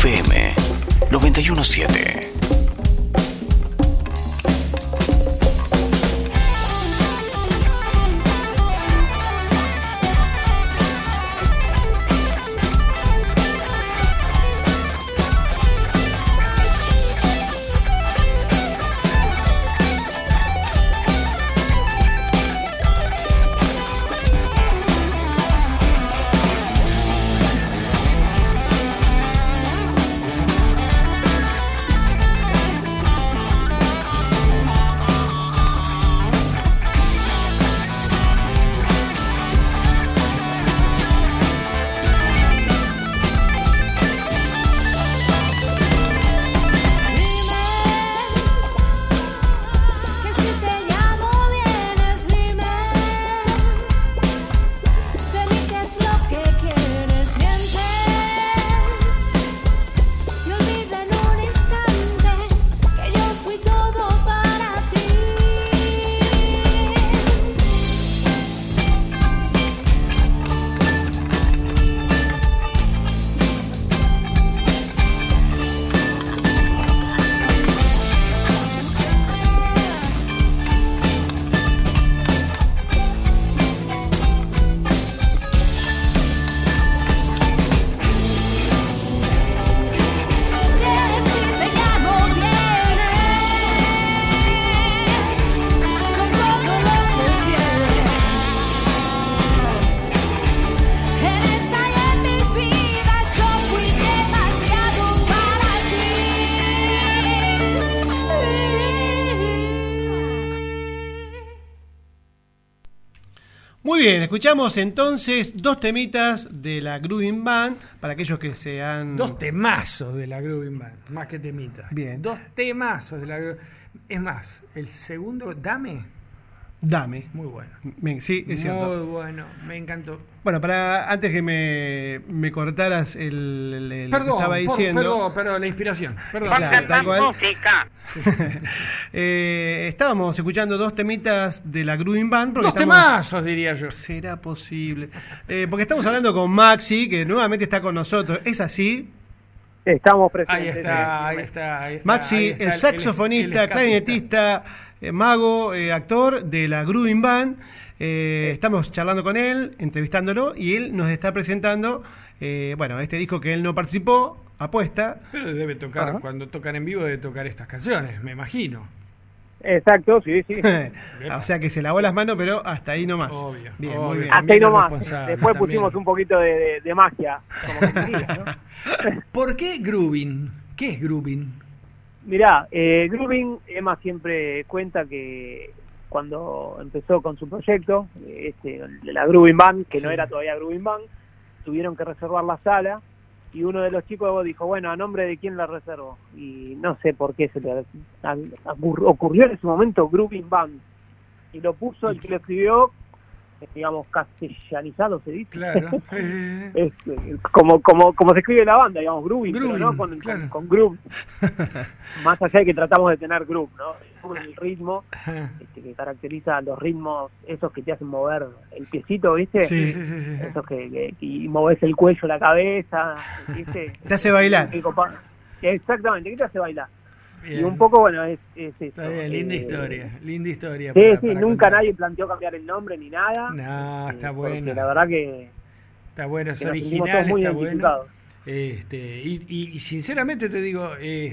FM 917. Muy bien, escuchamos entonces dos temitas de la Groovin Band, para aquellos que se han... Dos temazos de la Groovin Band, más que temitas. Bien. Dos temazos de la Groovin Band. Es más, el segundo, Dame. Muy bueno. Sí, es cierto. Muy bueno, me encantó. Bueno, antes que me cortaras lo que estaba diciendo... Perdón, la inspiración. Perdón. Claro, tal cual. Estábamos escuchando dos temitas de la Groovin Band. Dos temazos, diría yo. ¿Será posible? Porque estamos hablando con Maxi, que nuevamente está con nosotros. ¿Es así? Estamos presentes. Ahí está. Maxi, ahí está el saxofonista, clarinetista, mago, actor de la Groovin Band. Estamos charlando con él, entrevistándolo, y él nos está presentando este disco que él no participó, Apuesta. Pero debe tocar, cuando tocan en vivo, debe tocar estas canciones, me imagino. Exacto, sí. O sea que se lavó las manos, pero hasta ahí nomás. Obvio. Muy bien. Hasta ahí nomás. Después pusimos un poquito de magia, como que diría, ¿no? ¿Por qué Groovin? ¿Qué es Groovin? Mirá, Groovin, Emma siempre cuenta que cuando empezó con su proyecto, la Groovin Band, que no era todavía Groovin Band, tuvieron que reservar la sala, y uno de los chicos dijo, bueno, ¿a nombre de quién la reservo? Y no sé por qué se le ocurrió en ese momento Groovin Band, y lo puso el que lo escribió, digamos, castellanizado se dice. Claro. como se escribe la banda, digamos, Groovin, pero no con groove. Más allá de que tratamos de tener groove, ¿no? El ritmo que caracteriza los ritmos, esos que te hacen mover el piecito, ¿viste? Sí. Esos que y moves el cuello, la cabeza, ¿viste? Te hace bailar. Exactamente, ¿qué te hace bailar? Bien. Y un poco, es eso. Está bien, linda historia. Sí, nunca nadie planteó cambiar el nombre ni nada. No, está bueno. La verdad que... Está bueno, es que original, muy está bueno. Y sinceramente te digo,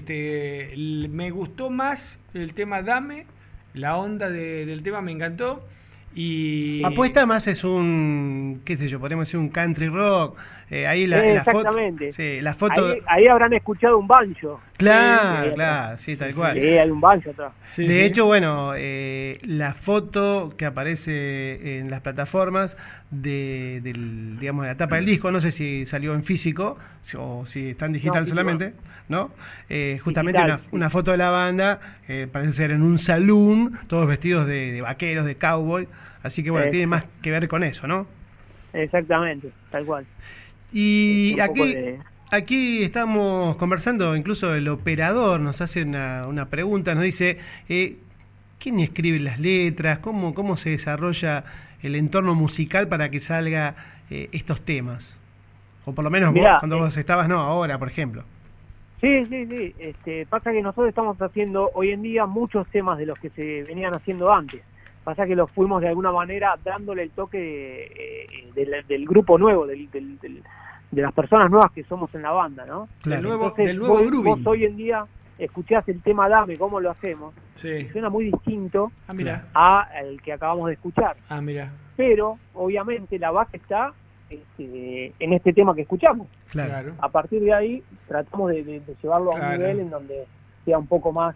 me gustó más el tema Dame, la onda del tema me encantó. Y Apuesta más es un, qué sé yo, podemos decir un country rock. Ahí la foto. Sí, la foto. Ahí habrán escuchado un banjo. Claro, sí, tal cual. Sí, hay un banjo atrás. De hecho, la foto que aparece en las plataformas de la tapa del disco, no sé si salió en físico o si está en digital solamente, ¿no? Justamente digital, una foto de la banda, parece ser en un saloon, todos vestidos de vaqueros, de cowboy, así que tiene más que ver con eso, ¿no? Exactamente, tal cual. Y aquí estamos conversando, incluso el operador nos hace una pregunta, nos dice, ¿quién escribe las letras? ¿Cómo se desarrolla el entorno musical para que salga estos temas? O por lo menos cuando vos estabas, ahora, por ejemplo. Sí. Pasa que nosotros estamos haciendo hoy en día muchos temas de los que se venían haciendo antes. Pasa que los fuimos de alguna manera dándole el toque del grupo nuevo, de las personas nuevas que somos en la banda, ¿no? Claro. Entonces, del nuevo grooving. vos hoy en día escuchás el tema Dame, cómo lo hacemos, Sí. y suena muy distinto Mira. al que acabamos de escuchar. Mira. Pero, obviamente, la base está en este tema que escuchamos. Claro. A partir de ahí, tratamos de llevarlo a un nivel en donde sea un poco más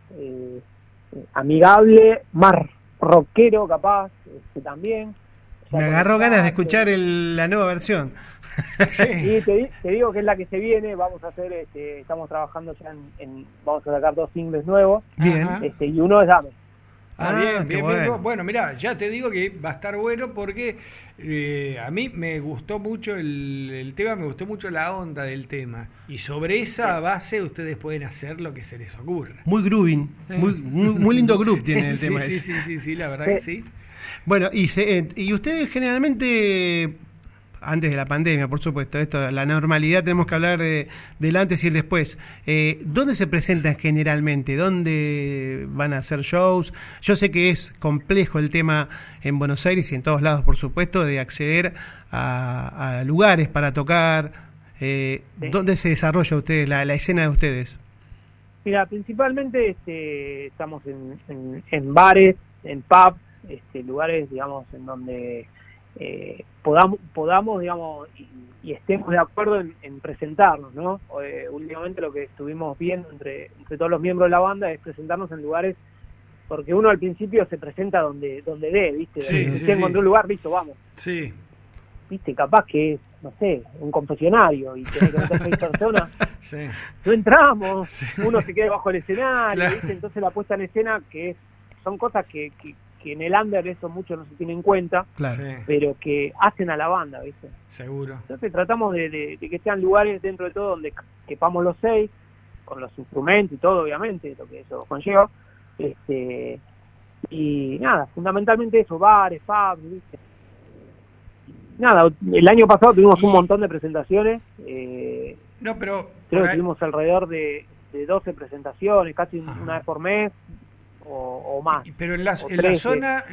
amigable, más rockero capaz, también. Me agarró ganas de escuchar la nueva versión. Y te digo que es la que se viene. Vamos a hacer, estamos trabajando ya vamos a sacar 2 singles nuevos. Bien. Y uno es Dame. Bien. Bueno, mirá, ya te digo que va a estar bueno porque a mí me gustó mucho el tema, me gustó mucho la onda del tema. Y sobre esa base ustedes pueden hacer lo que se les ocurra. Muy grooving, muy lindo groove tiene el tema ese. Sí, la verdad que sí. Bueno, y ustedes generalmente, antes de la pandemia, por supuesto, la normalidad, tenemos que hablar del antes y el después. ¿Dónde se presentan generalmente? ¿Dónde van a hacer shows? Yo sé que es complejo el tema en Buenos Aires y en todos lados, por supuesto, de acceder a lugares para tocar. ¿Dónde se desarrolla ustedes, la escena de ustedes? Mira, principalmente estamos en bares, en pubs, lugares, digamos, en donde podamos, digamos, y estemos de acuerdo en presentarnos, ¿no? Últimamente lo que estuvimos viendo entre todos los miembros de la banda es presentarnos en lugares, porque uno al principio se presenta donde dé, ¿viste? Si encontré un lugar, listo, vamos. Sí. ¿Viste? Capaz que es, no sé, un confesionario y tenés que meter 6 personas. Sí. No entramos, uno se queda bajo el escenario, Claro. ¿viste? Entonces la puesta en escena, son cosas que en el under eso mucho no se tiene en cuenta, Claro. Sí, pero que hacen a la banda, ¿viste? seguro. Entonces tratamos de que sean lugares dentro de todo donde quepamos los 6, con los instrumentos y todo, obviamente, lo que eso conlleva. Y nada, fundamentalmente eso, bares, pubs, ¿viste? Nada, el año pasado tuvimos un montón de presentaciones. No, pero Creo que tuvimos alrededor de 12 presentaciones, casi una vez por mes o más. Pero en la 13. zona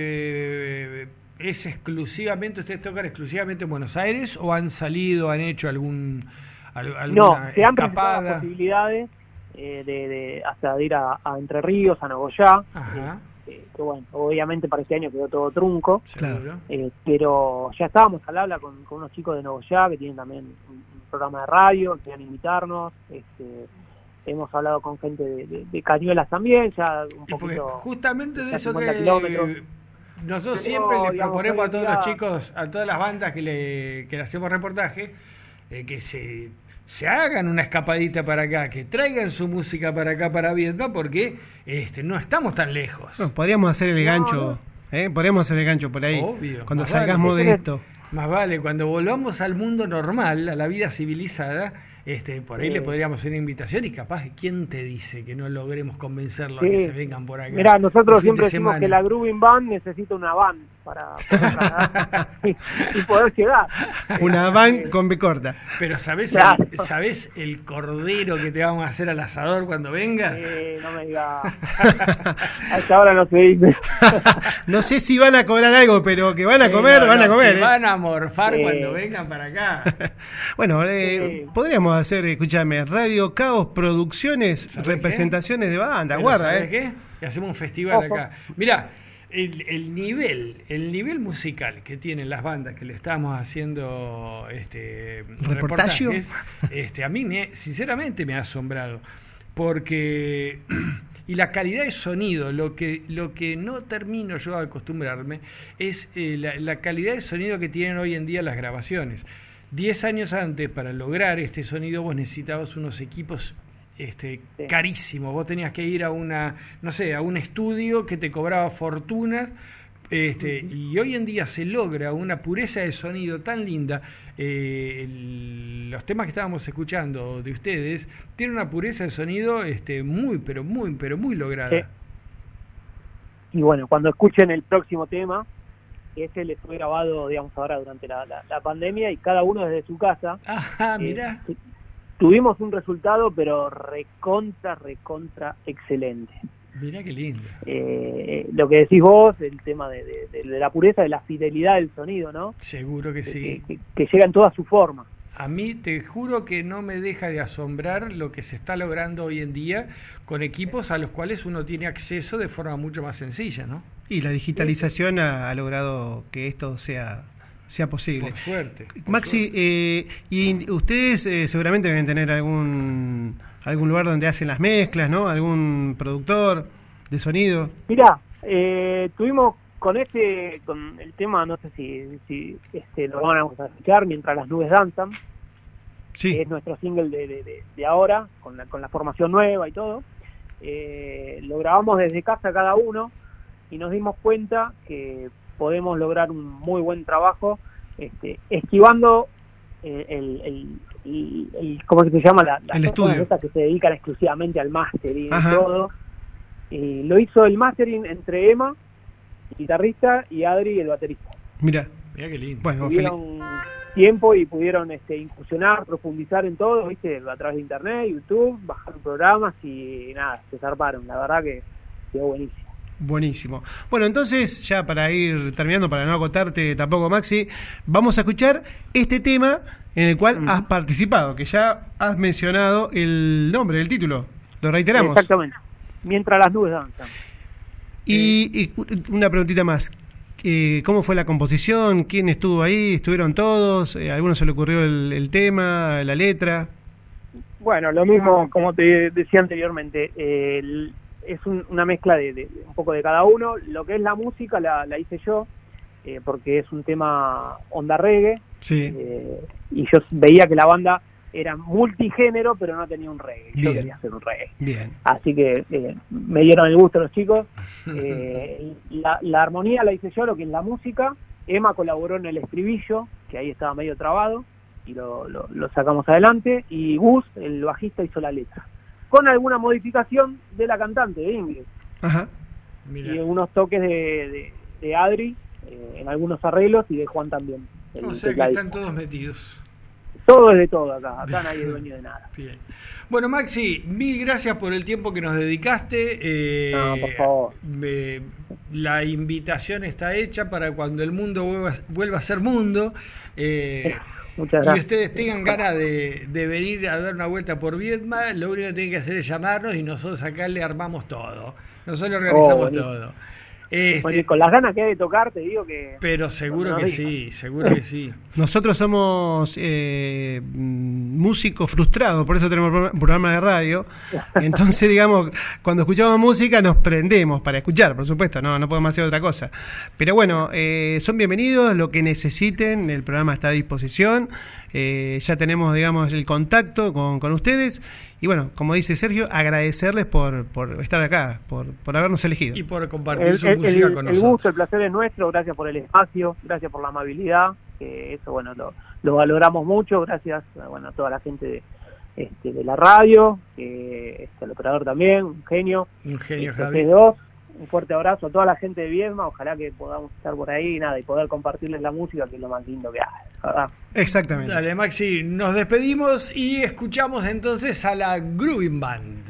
es exclusivamente, ¿ustedes tocan exclusivamente en Buenos Aires o han salido, han hecho alguna No, se han presentado escapada? las posibilidades de hasta de ir a Entre Ríos, a Nogoyá. Ajá. Que bueno, obviamente para este año quedó todo trunco. Seguro. Pero ya estábamos al habla con unos chicos de Nogoyá que tienen también un programa de radio, que querían invitarnos. Hemos hablado con gente de Cañuelas también, ya un Y porque poquito. justamente de eso 50 que kilómetros. nosotros Pero, siempre le digamos, proponemos hoy a todos en los día- chicos, a todas las bandas que le hacemos reportaje, que se hagan una escapadita para acá, que traigan su música para acá, para Vietnam, porque no estamos tan lejos. Bueno, podríamos hacer el gancho, podríamos hacer el gancho por ahí, Obvio, cuando más salgamos vale. de esto. Más vale, cuando volvamos al mundo normal, a la vida civilizada, por ahí le podríamos hacer una invitación y capaz, ¿quién te dice que no logremos convencerlo a que Sí. se vengan por acá? Mirá, nosotros un fin siempre de decimos semana? que la Grooving Band necesita una van para y poder llegar. Una van con B corta. Pero ¿sabés, Claro. ¿sabés el cordero que te vamos a hacer al asador cuando vengas? No me digas. A esta hora no se dice. No sé si van a cobrar algo, pero que van a comer, No, van a no, comer. te van a morfar Sí. cuando vengan para acá. Bueno, Sí. podríamos hacer, escúchame, Radio Caos Producciones, ¿Sabés representaciones de banda, Pero guarda, ¿sabés qué? Y hacemos un festival Ojo. acá. Mirá, el nivel musical que tienen las bandas que le estamos haciendo ¿Reportaje? reportajes, a mí sinceramente me ha asombrado. Porque y la calidad de sonido, lo que no termino yo de acostumbrarme es la calidad de sonido que tienen hoy en día las grabaciones. 10 años antes, para lograr este sonido, vos necesitabas unos equipos carísimos. Vos tenías que ir a a un estudio que te cobraba fortunas. Y hoy en día se logra una pureza de sonido tan linda. Los temas que estábamos escuchando de ustedes tienen una pureza de sonido muy, pero muy lograda. Y bueno, cuando escuchen el próximo tema, que le fue grabado, digamos, ahora durante la pandemia, y cada uno desde su casa. Ajá, mirá. tuvimos un resultado, pero recontra excelente. Mirá qué lindo. Lo que decís vos, el tema de la pureza, de la fidelidad del sonido, ¿no? Seguro que sí. Que llega en toda su forma. A mí te juro que no me deja de asombrar lo que se está logrando hoy en día con equipos a los cuales uno tiene acceso de forma mucho más sencilla, ¿no? Y la digitalización ha logrado que esto sea posible. Por suerte. Maxi, y ustedes seguramente deben tener algún lugar donde hacen las mezclas, ¿no? Algún productor de sonido. Mirá, tuvimos con el tema, no sé si lo vamos a escuchar, Mientras las nubes danzan. Sí. Que es nuestro single de ahora, con la formación nueva y todo. Lo grabamos desde casa cada uno y nos dimos cuenta que podemos lograr un muy buen trabajo esquivando ¿cómo es que se llama? El estudio. Que se dedican exclusivamente al mastering y todo. Lo hizo el mastering entre Emma, guitarrista, y Adri, el baterista. Mira qué lindo. Bueno, tuvieron tiempo y pudieron incursionar, profundizar en todo, ¿viste? A través de internet, YouTube, bajaron programas y nada, se zarparon. La verdad que quedó buenísimo. Buenísimo. Bueno, entonces, ya para ir terminando, para no acotarte tampoco, Maxi, vamos a escuchar este tema en el cual has participado, que ya has mencionado el nombre del título. Lo reiteramos. Exactamente. Mientras las nubes danzan. Y una preguntita más. ¿Cómo fue la composición? ¿Quién estuvo ahí? ¿Estuvieron todos? ¿A alguno se le ocurrió el tema, la letra? Bueno, lo mismo como te decía anteriormente. Es una mezcla de un poco de cada uno. Lo que es la música la hice yo, porque es un tema onda reggae. Sí. Y yo veía que la banda era multigénero, pero no tenía un reggae. Yo quería hacer un reggae. Bien. Así que me dieron el gusto los chicos. La armonía la hice yo, lo que es la música. Emma colaboró en el estribillo, que ahí estaba medio trabado, y lo sacamos adelante. Y Gus, el bajista, hizo la letra, con alguna modificación de la cantante, de Ingrid. Ajá. Y unos toques de Adri, en algunos arreglos, y de Juan también. O sea que están todos metidos. Todo es de todo acá nadie es dueño de nada. Bien. Bueno, Maxi, mil gracias por el tiempo que nos dedicaste. No, por favor. La invitación está hecha para cuando el mundo vuelva a ser mundo. Muchas gracias. Y ustedes tengan ganas de venir a dar una vuelta por Viedma, lo único que tienen que hacer es llamarnos y nosotros acá le armamos todo. Nosotros le organizamos todo. Bueno, con las ganas que hay de tocar, te digo que... Pero seguro que sí, seguro que sí. Nosotros somos músicos frustrados, por eso tenemos un programa de radio. Entonces, digamos, cuando escuchamos música nos prendemos para escuchar, por supuesto, no podemos hacer otra cosa. Pero bueno, son bienvenidos, lo que necesiten, el programa está a disposición. Ya tenemos, digamos, el contacto con ustedes. Y bueno, como dice Sergio, agradecerles por estar acá, por habernos elegido. Y por compartir su música con nosotros. El gusto, el placer es nuestro, gracias por el espacio, gracias por la amabilidad, eso bueno, lo valoramos mucho, gracias a toda la gente de la radio, el operador también, un genio. Un genio, Javi. Dos, un fuerte abrazo a toda la gente de Viedma, ojalá que podamos estar por ahí y poder compartirles la música, que es lo más lindo que hay, ¿verdad? Exactamente. Dale, Maxi, nos despedimos y escuchamos entonces a la Grooving Band.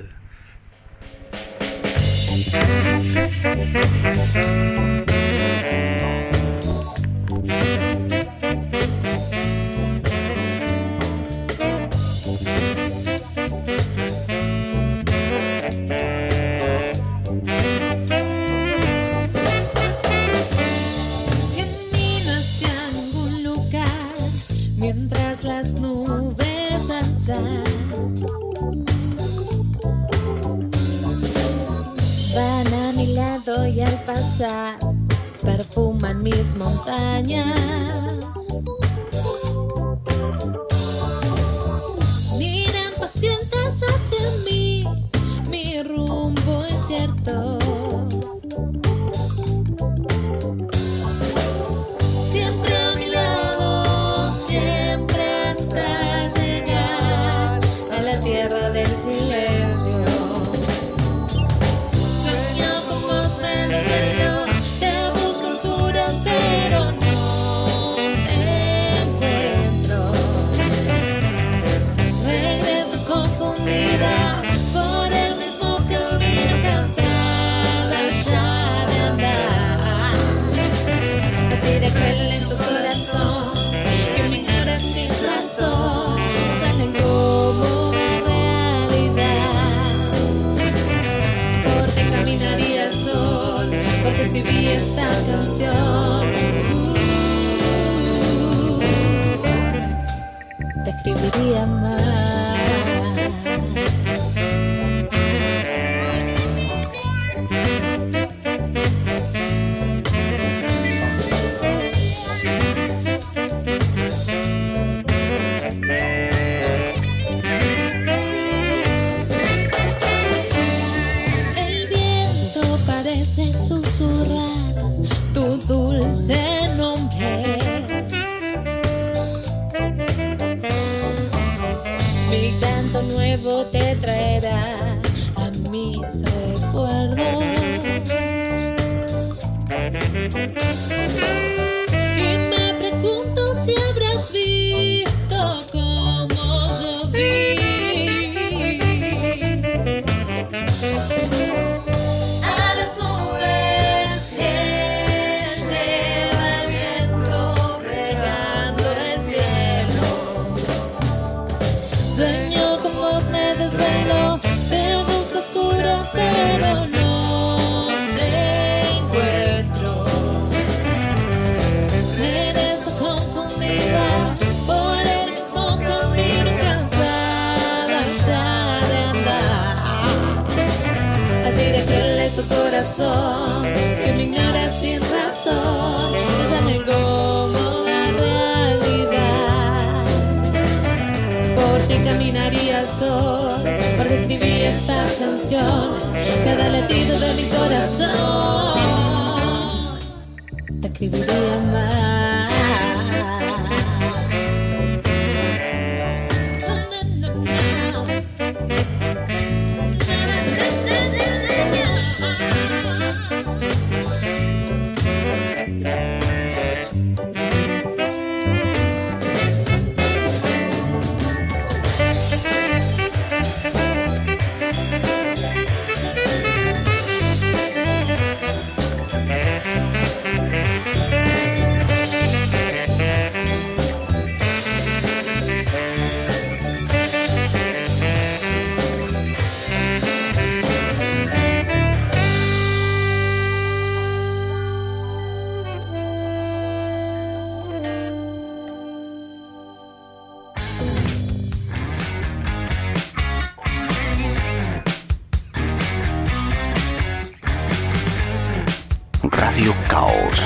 Camino hacia algún lugar mientras las nubes danzan. Van a mi lado y al pasar perfuman mis montañas. Miran pacientes hacia mí, mi rumbo incierto. Siempre a mi lado, siempre hasta llegar a la tierra del silencio. Te busco oscuras, pero no te encuentro. Regreso traerá a mis recuerdos. Y me pregunto si habrás visto como yo vi a las nubes que lleva el viento regando el cielo. Sueño con vos, me desvelo, te busco a oscuras, pero no te encuentro. Regreso confundida por el mismo camino, cansada ya de andar. Así de cruel es tu corazón, que me ignora sin razón esa no incómoda realidad. Por ti caminaría al sol, porque escribí esta canción, cada latido de mi corazón te escribiría más. Radio Caos.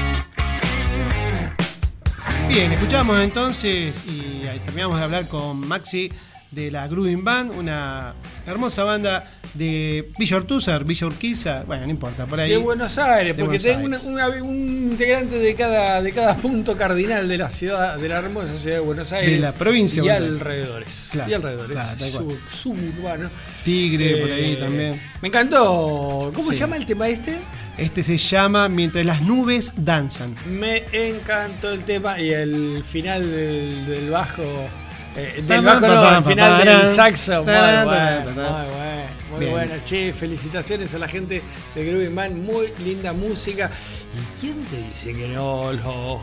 Bien, escuchamos entonces y ahí terminamos de hablar con Maxi de la Grooving Band, una hermosa banda de Villa Ortúzar, Villa Urquiza, bueno, no importa, por ahí. De Buenos Aires, de porque Buenos tengo Aires. un integrante de cada punto cardinal de la ciudad, de la hermosa ciudad de Buenos Aires. De la provincia y de Buenos Aires. alrededores. Claro, y alrededores. claro, tal cual. Suburbano. Tigre, por ahí también. Me encantó. ¿Cómo Sí. se llama el tema este? Este se llama Mientras las nubes danzan. Me encantó el tema y el final del bajo. Del Pam, bajo, pam, no, pam, el pam, final tarán, del saxo. tarán, Muy tarán, bueno, tarán. muy Bien. bueno. Che, felicitaciones a la gente de Grooving Band, muy linda música. ¿Y quién te dice que no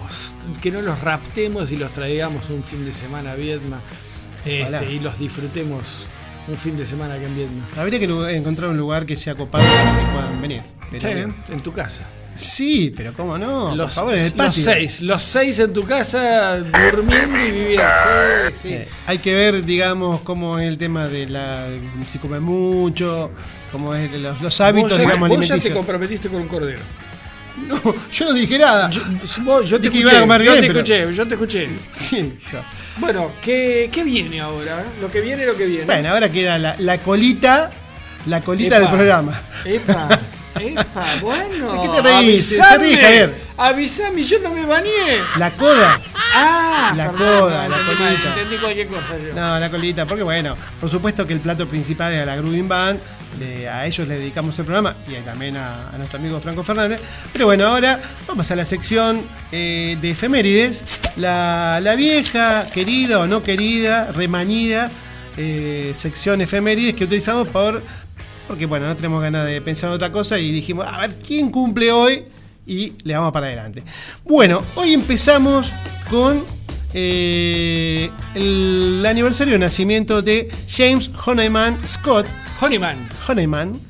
los raptemos y los traigamos un fin de semana a Viedma y los disfrutemos un fin de semana acá en Viedma? Habría que encontrar un lugar que sea copado para que puedan venir. Pero Está bien. bien, en tu casa. Sí, pero cómo no, Los, por favor, en el patio. los seis en tu casa durmiendo y viviendo. Sí. Hay que ver, digamos, cómo es el tema de si come mucho, cómo es los hábitos, Vos digamos, ya te alimenticios. comprometiste con un cordero. No, yo no dije nada. Yo te Dije que iban a comer bien, pero- yo te escuché. Sí, yo. Bueno, ¿qué viene ahora? Lo que viene. Bueno, ahora queda la colita Epa. del programa. Epa, bueno. ¿De qué te reís? Se Avisame, ríe, Javier. Avisame, yo no me bañé. La coda. Ah, La perdón, coda, la entendí colita. mal, entendí cualquier cosa yo. No, la colita, porque bueno, por supuesto que el plato principal era la Grooving Band, a ellos le dedicamos el programa y también a nuestro amigo Franco Fernández. Pero bueno, ahora vamos a la sección de efemérides, la vieja, querida o no querida, remanida sección efemérides que utilizamos porque bueno, no tenemos ganas de pensar en otra cosa y dijimos, a ver, ¿quién cumple hoy? Y le vamos para adelante. Bueno, hoy empezamos con el aniversario de nacimiento de James Honeyman Scott. Honeyman,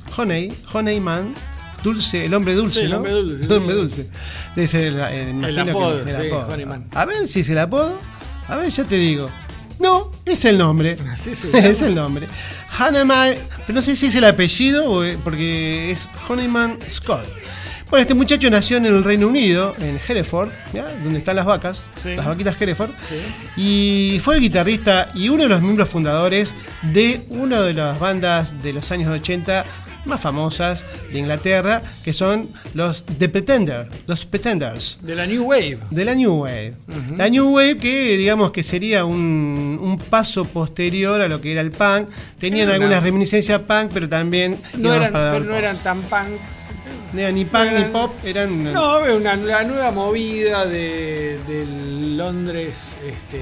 dulce, el hombre dulce, Sí, el ¿no? hombre dulce, El hombre dulce. Debe ser el apodo, el sí, apodo. Honeyman. A ver si es el apodo. A ver, ya te digo. No, es el nombre. Así se Es llama. el nombre. Honeyman, pero no sé si es el apellido porque es Honeyman Scott. Bueno, este muchacho nació en el Reino Unido, en Hereford, ¿ya? Donde están las vacas, Sí. las vaquitas Hereford. Sí. Y fue el guitarrista y uno de los miembros fundadores de una de las bandas de los años 80 más famosas de Inglaterra, que son los Pretenders. De la New Wave. De la New Wave. Uh-huh. La New Wave, que digamos que sería un paso posterior a lo que era el punk. Tenían algunas reminiscencias punk, pero también... No eran tan punk. No eran ni punk ni pop, eran... No, la nueva movida de Londres,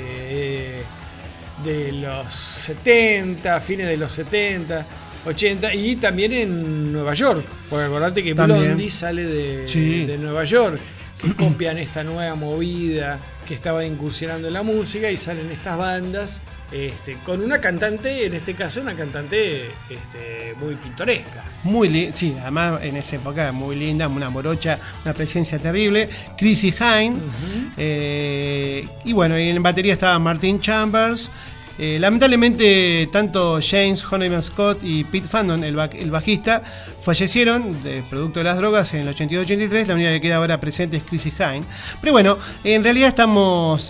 de los 70, fines de los 70, 80, y también en Nueva York, porque acordate que Blondie sale de Nueva York, que copian esta nueva movida que estaba incursionando en la música, y salen estas bandas con una cantante, en este caso una cantante muy pintoresca. Sí, además en esa época muy linda, una morocha, una presencia terrible, Chrissie Hynde. Uh-huh. Y bueno, en batería estaba Martin Chambers. Lamentablemente tanto James Honeyman Scott y Pete Fandon, el bajista, fallecieron de producto de las drogas en el 82-83. La única que queda ahora presente es Chrissie Hynde. Pero bueno, en realidad estamos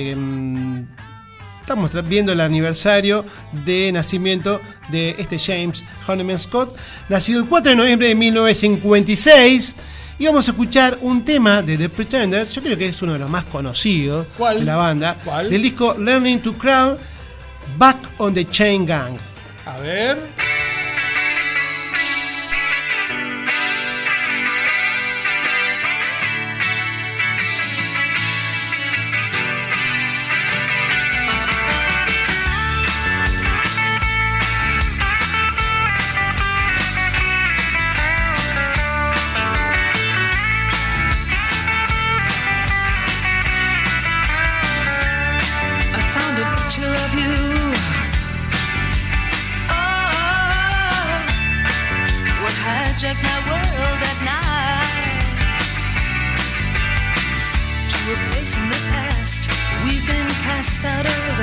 viendo el aniversario de nacimiento de James Honeyman Scott, nacido el 4 de noviembre de 1956. Y vamos a escuchar un tema de The Pretenders, yo creo que es uno de los más conocidos de la banda. ¿Cuál? Del disco Learning to Crawl, Back on the Chain Gang. A ver... Hijack my world at night. To a place in the past we've been cast out of.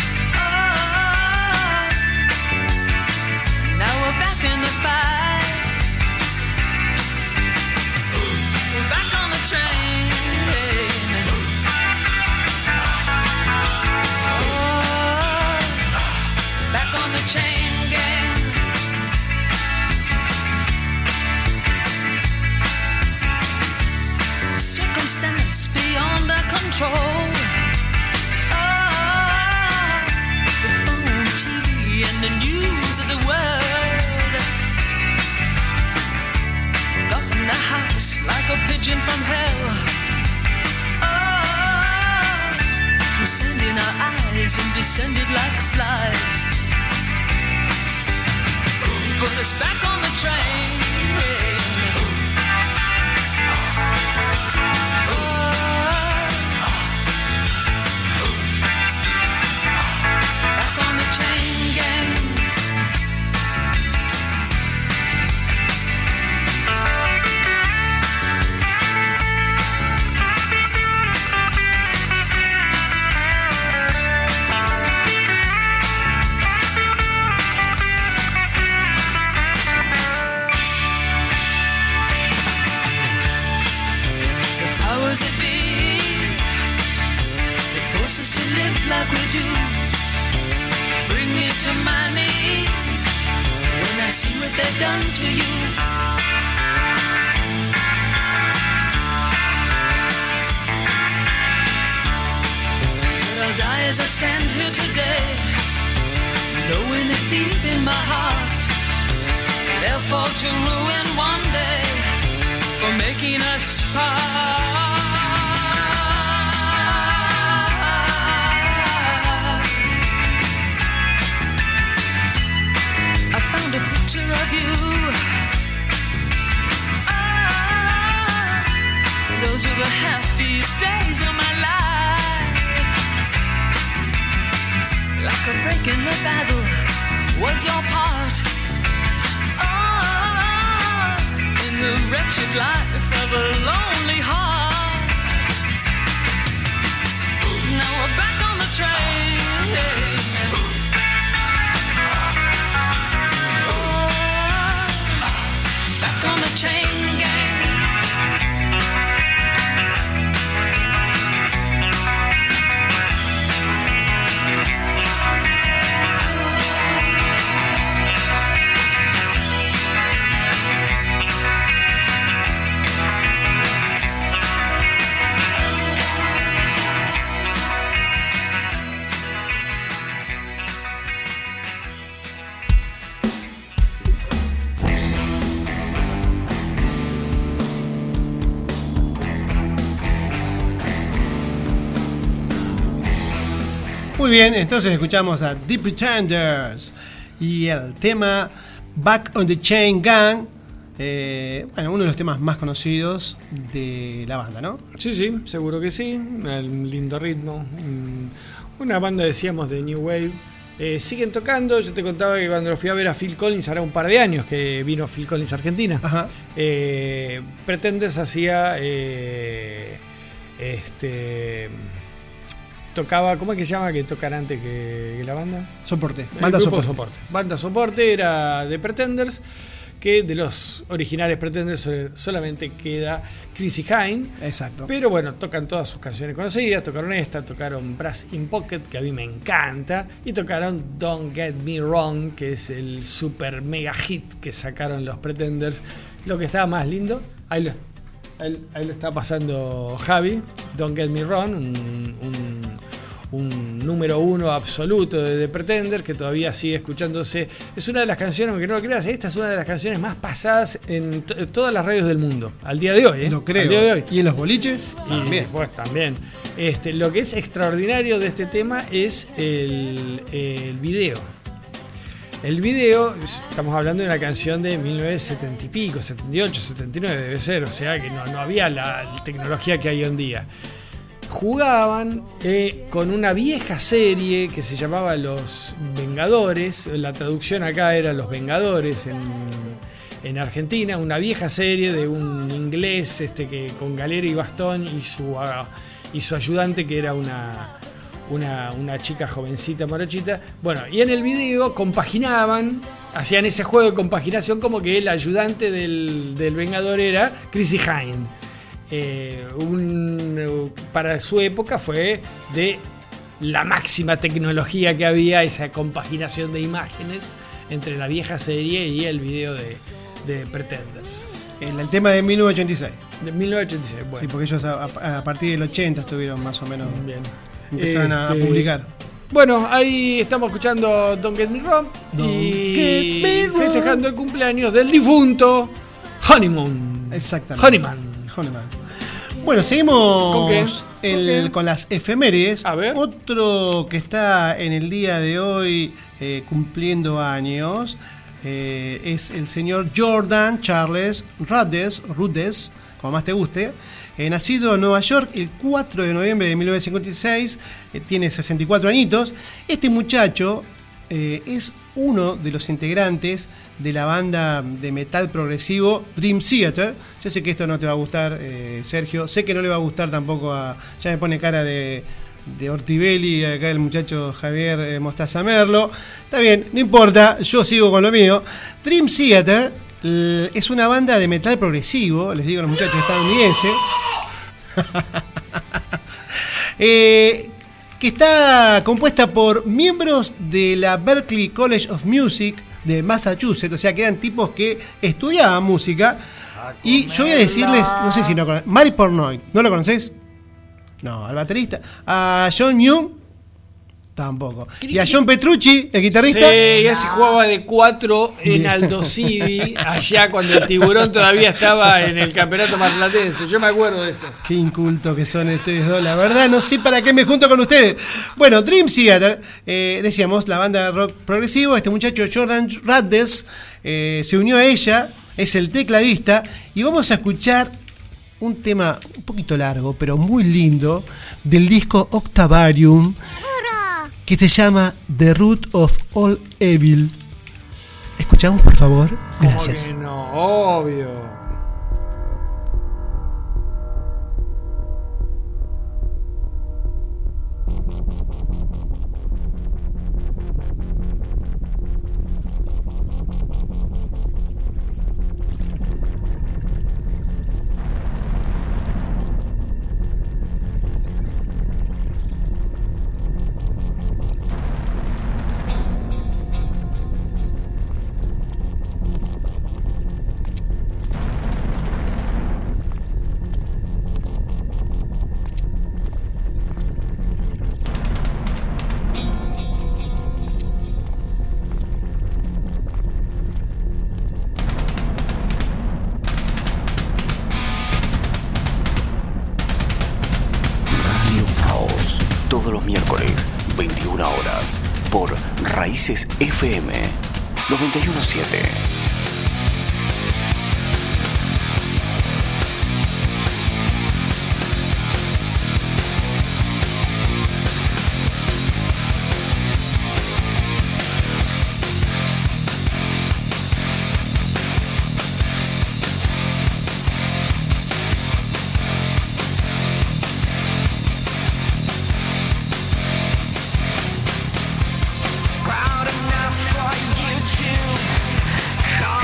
Now we're back in the fight. We're back on the train. Back on the chain gang. Circumstance beyond our control. The phone, TV, and the news of the world got in the house like a pigeon from hell. Through sand in our eyes and descended like flies. Put us back on the train. Us to live like we do. Bring me to my knees when I see what they've done to you. But I'll die as I stand here today, knowing that deep in my heart they'll fall to ruin one day for making us part. A picture of you. Those were the happiest days of my life. Like a break in the battle was your part. In the wretched life of a lonely heart. Now we're back on the train. Back on the chain gang. Muy bien, entonces escuchamos a The Pretenders y el tema Back on the Chain Gang. Bueno, uno de los temas más conocidos de la banda, ¿no? Sí, seguro que sí. Un lindo ritmo. Una banda, decíamos, de New Wave. Siguen tocando. Yo te contaba que cuando lo fui a ver a Phil Collins, hará un par de años que vino Phil Collins a Argentina. Ajá. Pretenders hacía tocaba, ¿cómo es que se llama que tocan antes que la banda? Soporte. Banda Soporte. Banda Soporte era de Pretenders, que de los originales Pretenders solamente queda Chrissy Hynde. Exacto. Pero bueno, tocan todas sus canciones conocidas, tocaron esta, tocaron Brass in Pocket, que a mí me encanta, y tocaron Don't Get Me Wrong, que es el super mega hit que sacaron los Pretenders. Lo que estaba más lindo, ahí lo está pasando Javi, Don't Get Me Wrong, un número 1 absoluto de The Pretenders, que todavía sigue escuchándose. Es una de las canciones, aunque no lo creas, esta es una de las canciones más pasadas en todas las radios del mundo, al día de hoy. Lo creo. Al día de hoy. Y en los boliches también. Pues también. Lo que es extraordinario de este tema es el video. El video, estamos hablando de una canción de 1970 y pico, 78, 79 debe ser, o sea que no había la tecnología que hay hoy en día. Jugaban con una vieja serie que se llamaba Los Vengadores, la traducción acá era Los Vengadores en Argentina, una vieja serie de un inglés que con galera y bastón y su ayudante, que era una chica jovencita morochita. Bueno, y en el video compaginaban, hacían ese juego de compaginación, como que el ayudante del Vengador era Chrissy Hynde. Para su época fue de la máxima tecnología que había, esa compaginación de imágenes entre la vieja serie y el video de Pretenders. El tema de 1986. De 1986, bueno. Sí, porque ellos a partir del 80 estuvieron más o menos. Bien. Empezaron a publicar. Bueno, ahí estamos escuchando Don't Get Me Wrong y festejando el cumpleaños del difunto Honeyman. Exactamente. Honeyman. Bueno, seguimos ¿Con con las efemérides. A ver. Otro que está en el día de hoy cumpliendo años es el señor Jordan Charles Rudess, como más te guste. Nacido en Nueva York el 4 de noviembre de 1956, tiene 64 añitos. Este muchacho es uno de los integrantes de la banda de metal progresivo Dream Theater. Yo sé que esto no te va a gustar, Sergio. Sé que no le va a gustar tampoco ya me pone cara de Ortibelli, acá el muchacho Javier Mostaza Merlo. Está bien, no importa, yo sigo con lo mío. Dream Theater es una banda de metal progresivo, les digo a los muchachos, estadounidense. Que está compuesta por miembros de la Berklee College of Music de Massachusetts, o sea que eran tipos que estudiaban música. Y yo voy a decirles, no sé si no conocen, Mari Portnoy, ¿no lo conocés? No, al baterista. A John Young, tampoco. Y a John Petrucci, el guitarrista. Sí, ya se jugaba de 4 en Aldo Civi, allá cuando el Tiburón todavía estaba en el campeonato marplatense. Yo me acuerdo de eso. Qué inculto que son ustedes dos, la verdad, no sé para qué me junto con ustedes. Bueno, Dream Theater, decíamos, la banda de rock progresivo. Este muchacho Jordan Rudess se unió a ella, es el tecladista, y vamos a escuchar un tema un poquito largo, pero muy lindo, del disco Octavarium, que se llama The Root of All Evil. ¿Escuchamos, por favor? Gracias. ¿Cómo que no? Obvio. Raíces FM 91.7. Proud enough for you to call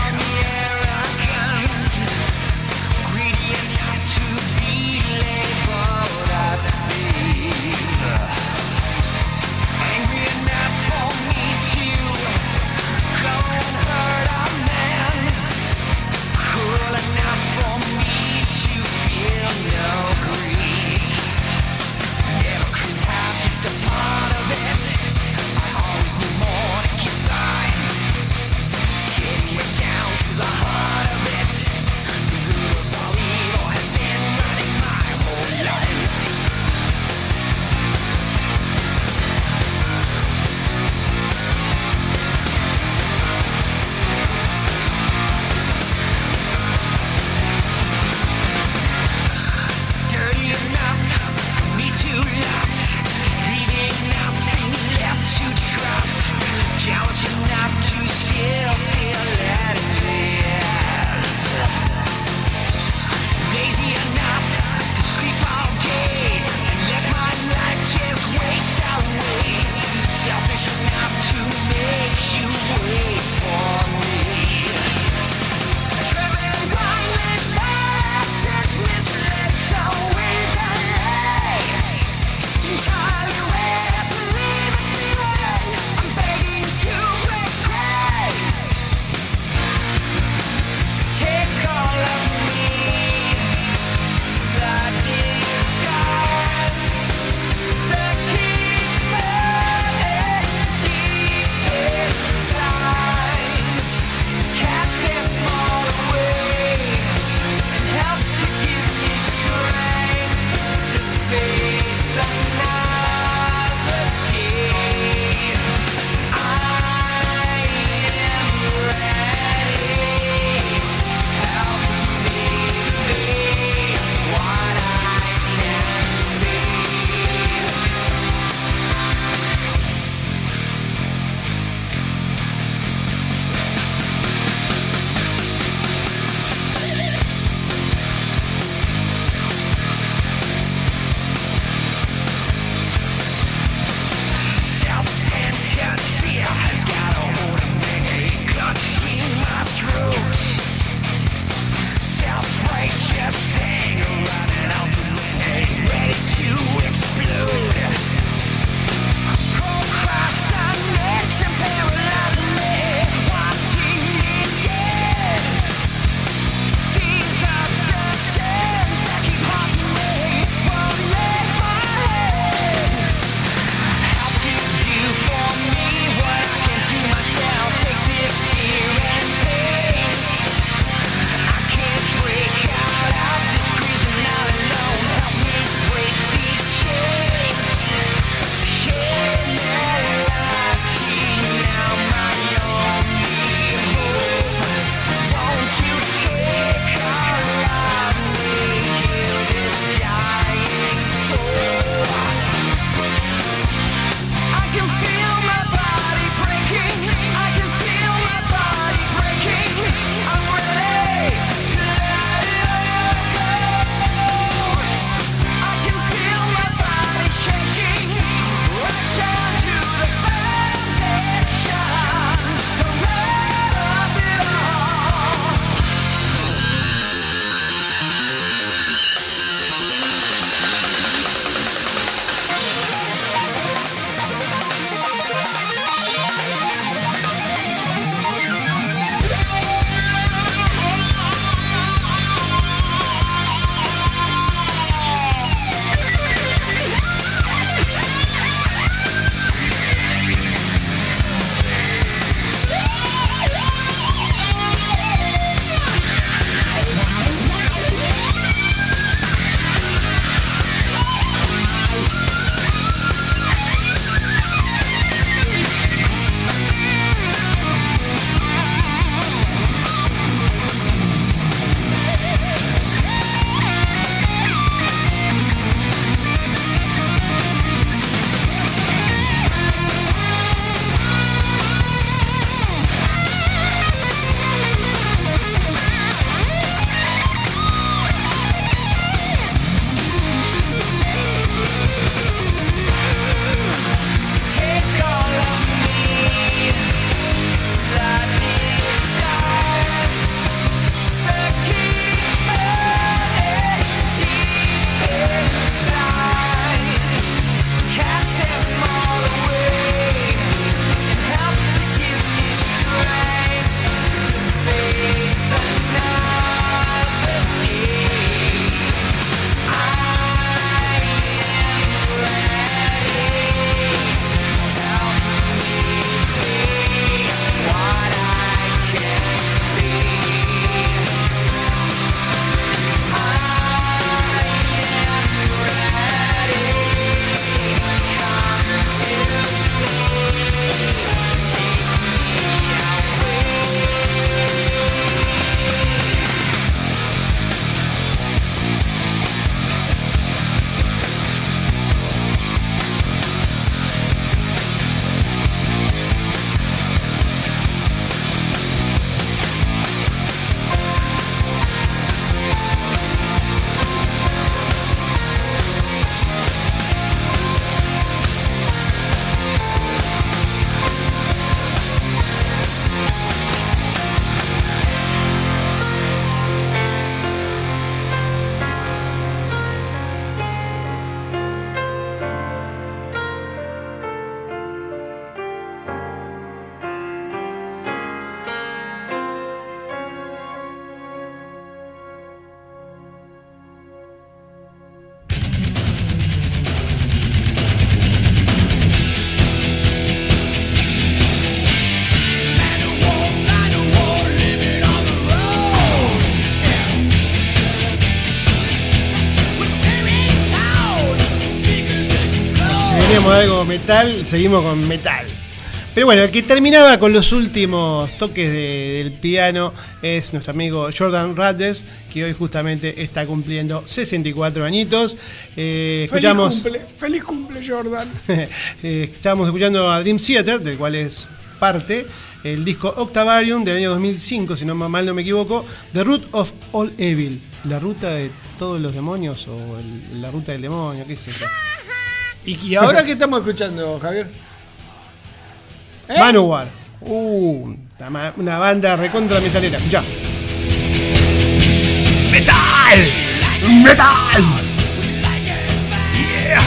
algo metal, seguimos con metal. Pero bueno, el que terminaba con los últimos toques del piano es nuestro amigo Jordan Rudess, que hoy justamente está cumpliendo 64 añitos. Escuchamos, ¡Feliz cumple, Jordan! Estábamos escuchando a Dream Theater, del cual es parte, el disco Octavarium del año 2005, si no mal no me equivoco, The Root of All Evil, la ruta de todos los demonios, o la ruta del demonio, qué sé yo. ¿Y ahora qué estamos escuchando, Javier? Manowar. Una banda recontra metalera. Escuchá. ¡Metal! ¡Metal! ¡Yeah!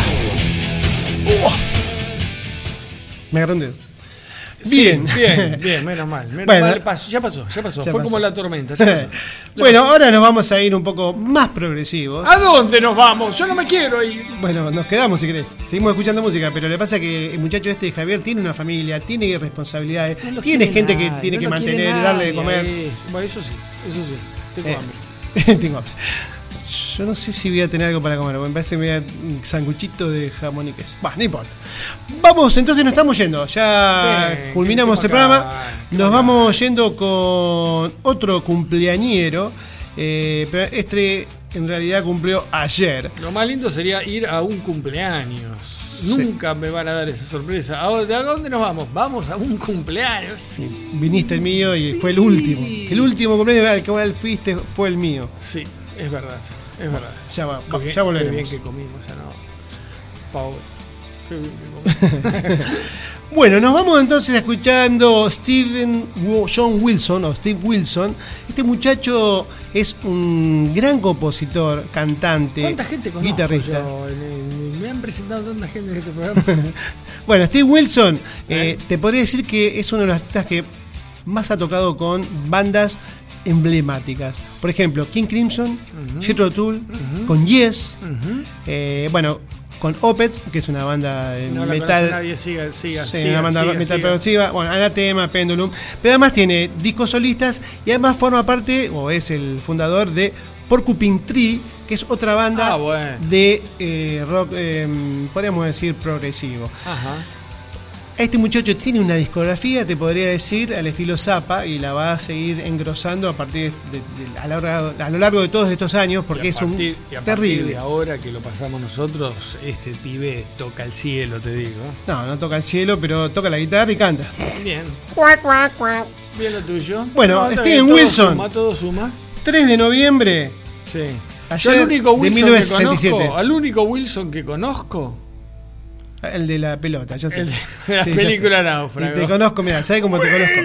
Me agarró un dedo. Bien. Sí, bien, menos mal. Bueno, Ya pasó. Ya Fue pasó. como la tormenta. Ya pasó. Bueno, ahora nos vamos a ir un poco más progresivos. ¿A dónde nos vamos? Yo no me quiero ir. Bueno, nos quedamos si querés. Seguimos escuchando música, pero le pasa que el muchacho Javier, tiene una familia, tiene responsabilidades, tiene gente que tiene que mantener, darle de comer. Bueno, eso sí. Tengo hambre. Tengo hambre. Yo no sé si voy a tener algo para comer, me parece que me voy a un sanguchito de jamón y queso. No importa. Vamos, entonces nos estamos yendo. Ya Bien, culminamos el programa. Nos vamos yendo con otro cumpleañero. Pero este en realidad cumplió ayer. Lo más lindo sería ir a un cumpleaños. Sí. Nunca me van a dar esa sorpresa. ¿De dónde nos vamos? Vamos a un cumpleaños. Sí. Viniste el mío y fue el último. El último cumpleaños al que fuiste fue el mío. Sí, es verdad. Ya Qué volveremos. Qué bien que comimos, Pau. Qué bien que comimos. Bueno, nos vamos entonces escuchando John Wilson o Steve Wilson. Este muchacho es un gran compositor, cantante, ¿Cuánta gente conozco guitarrista. Me han presentado tanta gente en este programa. Bueno, Steve Wilson, te podría decir que es uno de los artistas que más ha tocado con bandas emblemáticas. Por ejemplo, King Crimson, Jethro Tull, con Yes, con Opeth, que es una banda de metal. Nadie, siga, una banda metal progresiva. Bueno, Anathema, Pendulum. Pero además tiene discos solistas y además forma parte, o es el fundador de Porcupine Tree, que es otra banda de rock, podríamos decir, progresivo. Ajá. Este muchacho tiene una discografía, te podría decir, al estilo Zappa, y la va a seguir engrosando a partir a lo largo de todos estos años, porque es un terrible. De ahora que lo pasamos nosotros, este pibe toca el cielo, te digo. No toca el cielo, pero toca la guitarra y canta. Bien. Bien lo tuyo. Bueno, Steven Wilson. Todo suma. 3 de noviembre. Sí. Ayer, Yo al único Wilson de 1967. al único Wilson que conozco. El de la pelota, ya sé. El de la película Náufrago. Y te conozco, mira, ¿sabes cómo te conozco?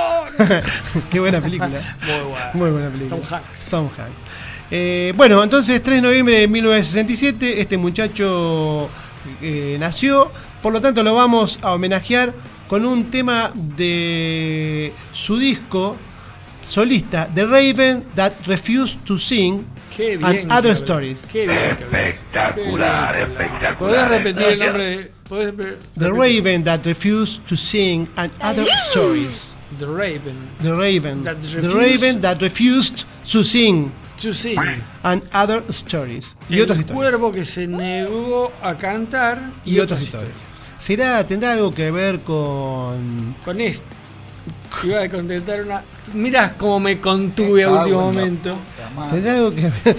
Qué buena película. Muy buena película. Tom Hanks. Bueno, entonces 3 de noviembre de 1967, este muchacho nació, por lo tanto lo vamos a homenajear con un tema de su disco solista, The Raven That Refused to Sing and Other Stories. Qué bien. Espectacular. ¿Podés repetir el nombre? The Raven That Refused to Sing and Other Stories. The Raven. The Raven That Refused to Sing and Other Stories. Y otras historias. El cuervo que se negó a cantar y otras historias. ¿Tendrá algo que ver con esto? Iba a contestar una. Mirá cómo me contuve a último momento. ¿Tendrá algo que ver?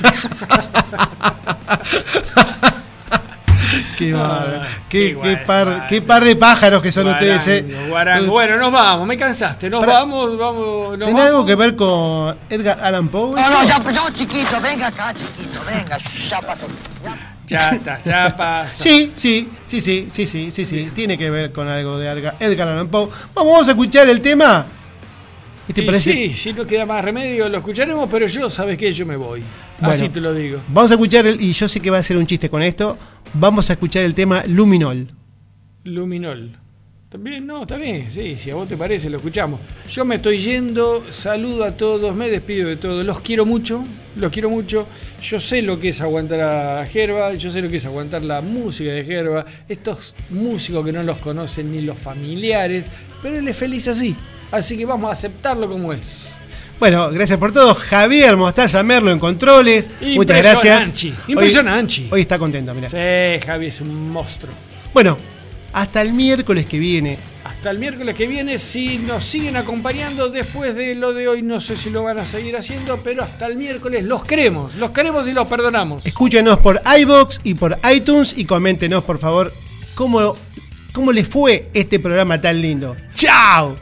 Qué par de pájaros que son ustedes, Guarango. Bueno, nos vamos, me cansaste. Vamos. ¿Tiene algo que ver con Edgar Allan Poe? No, chiquito, venga acá, chiquito, venga, ya pasó. Ya pasa. Sí. Tiene que ver con algo de Edgar Allan Poe. Vamos a escuchar el tema. Sí, si no queda más remedio, lo escucharemos, pero ¿sabes qué? Yo me voy. Bueno, así te lo digo. Vamos a escuchar, y yo sé que va a ser un chiste con esto, vamos a escuchar el tema Luminol. También, está bien, sí, si a vos te parece, lo escuchamos. Yo me estoy yendo, saludo a todos, me despido de todos, los quiero mucho. Yo sé lo que es aguantar a Gerba, yo sé lo que es aguantar la música de Gerba, estos músicos que no los conocen ni los familiares, pero él es feliz así que vamos a aceptarlo como es. Bueno, gracias por todo. Javier Mostaza Merlo en controles. Muchas gracias. Impresionante. Hoy está contento, mirá. Sí, Javi es un monstruo. Bueno, hasta el miércoles que viene. Hasta el miércoles que viene, si nos siguen acompañando después de lo de hoy, no sé si lo van a seguir haciendo, pero hasta el miércoles los queremos y los perdonamos. Escúchenos por iVoox y por iTunes y coméntenos, por favor, cómo les fue este programa tan lindo. ¡Chao!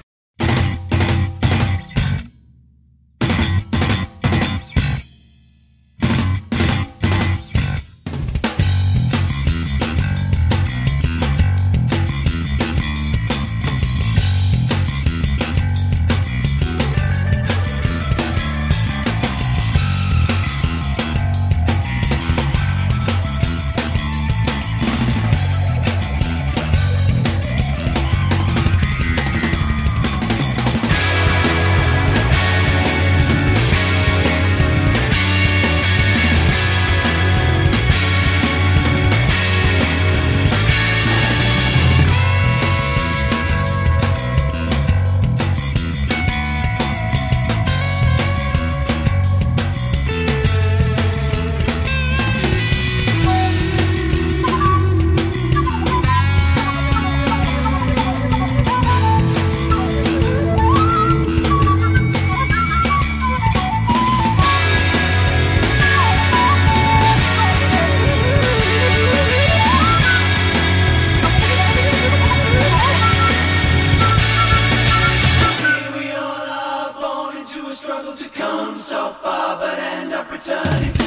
struggle to come so far, but end up returning to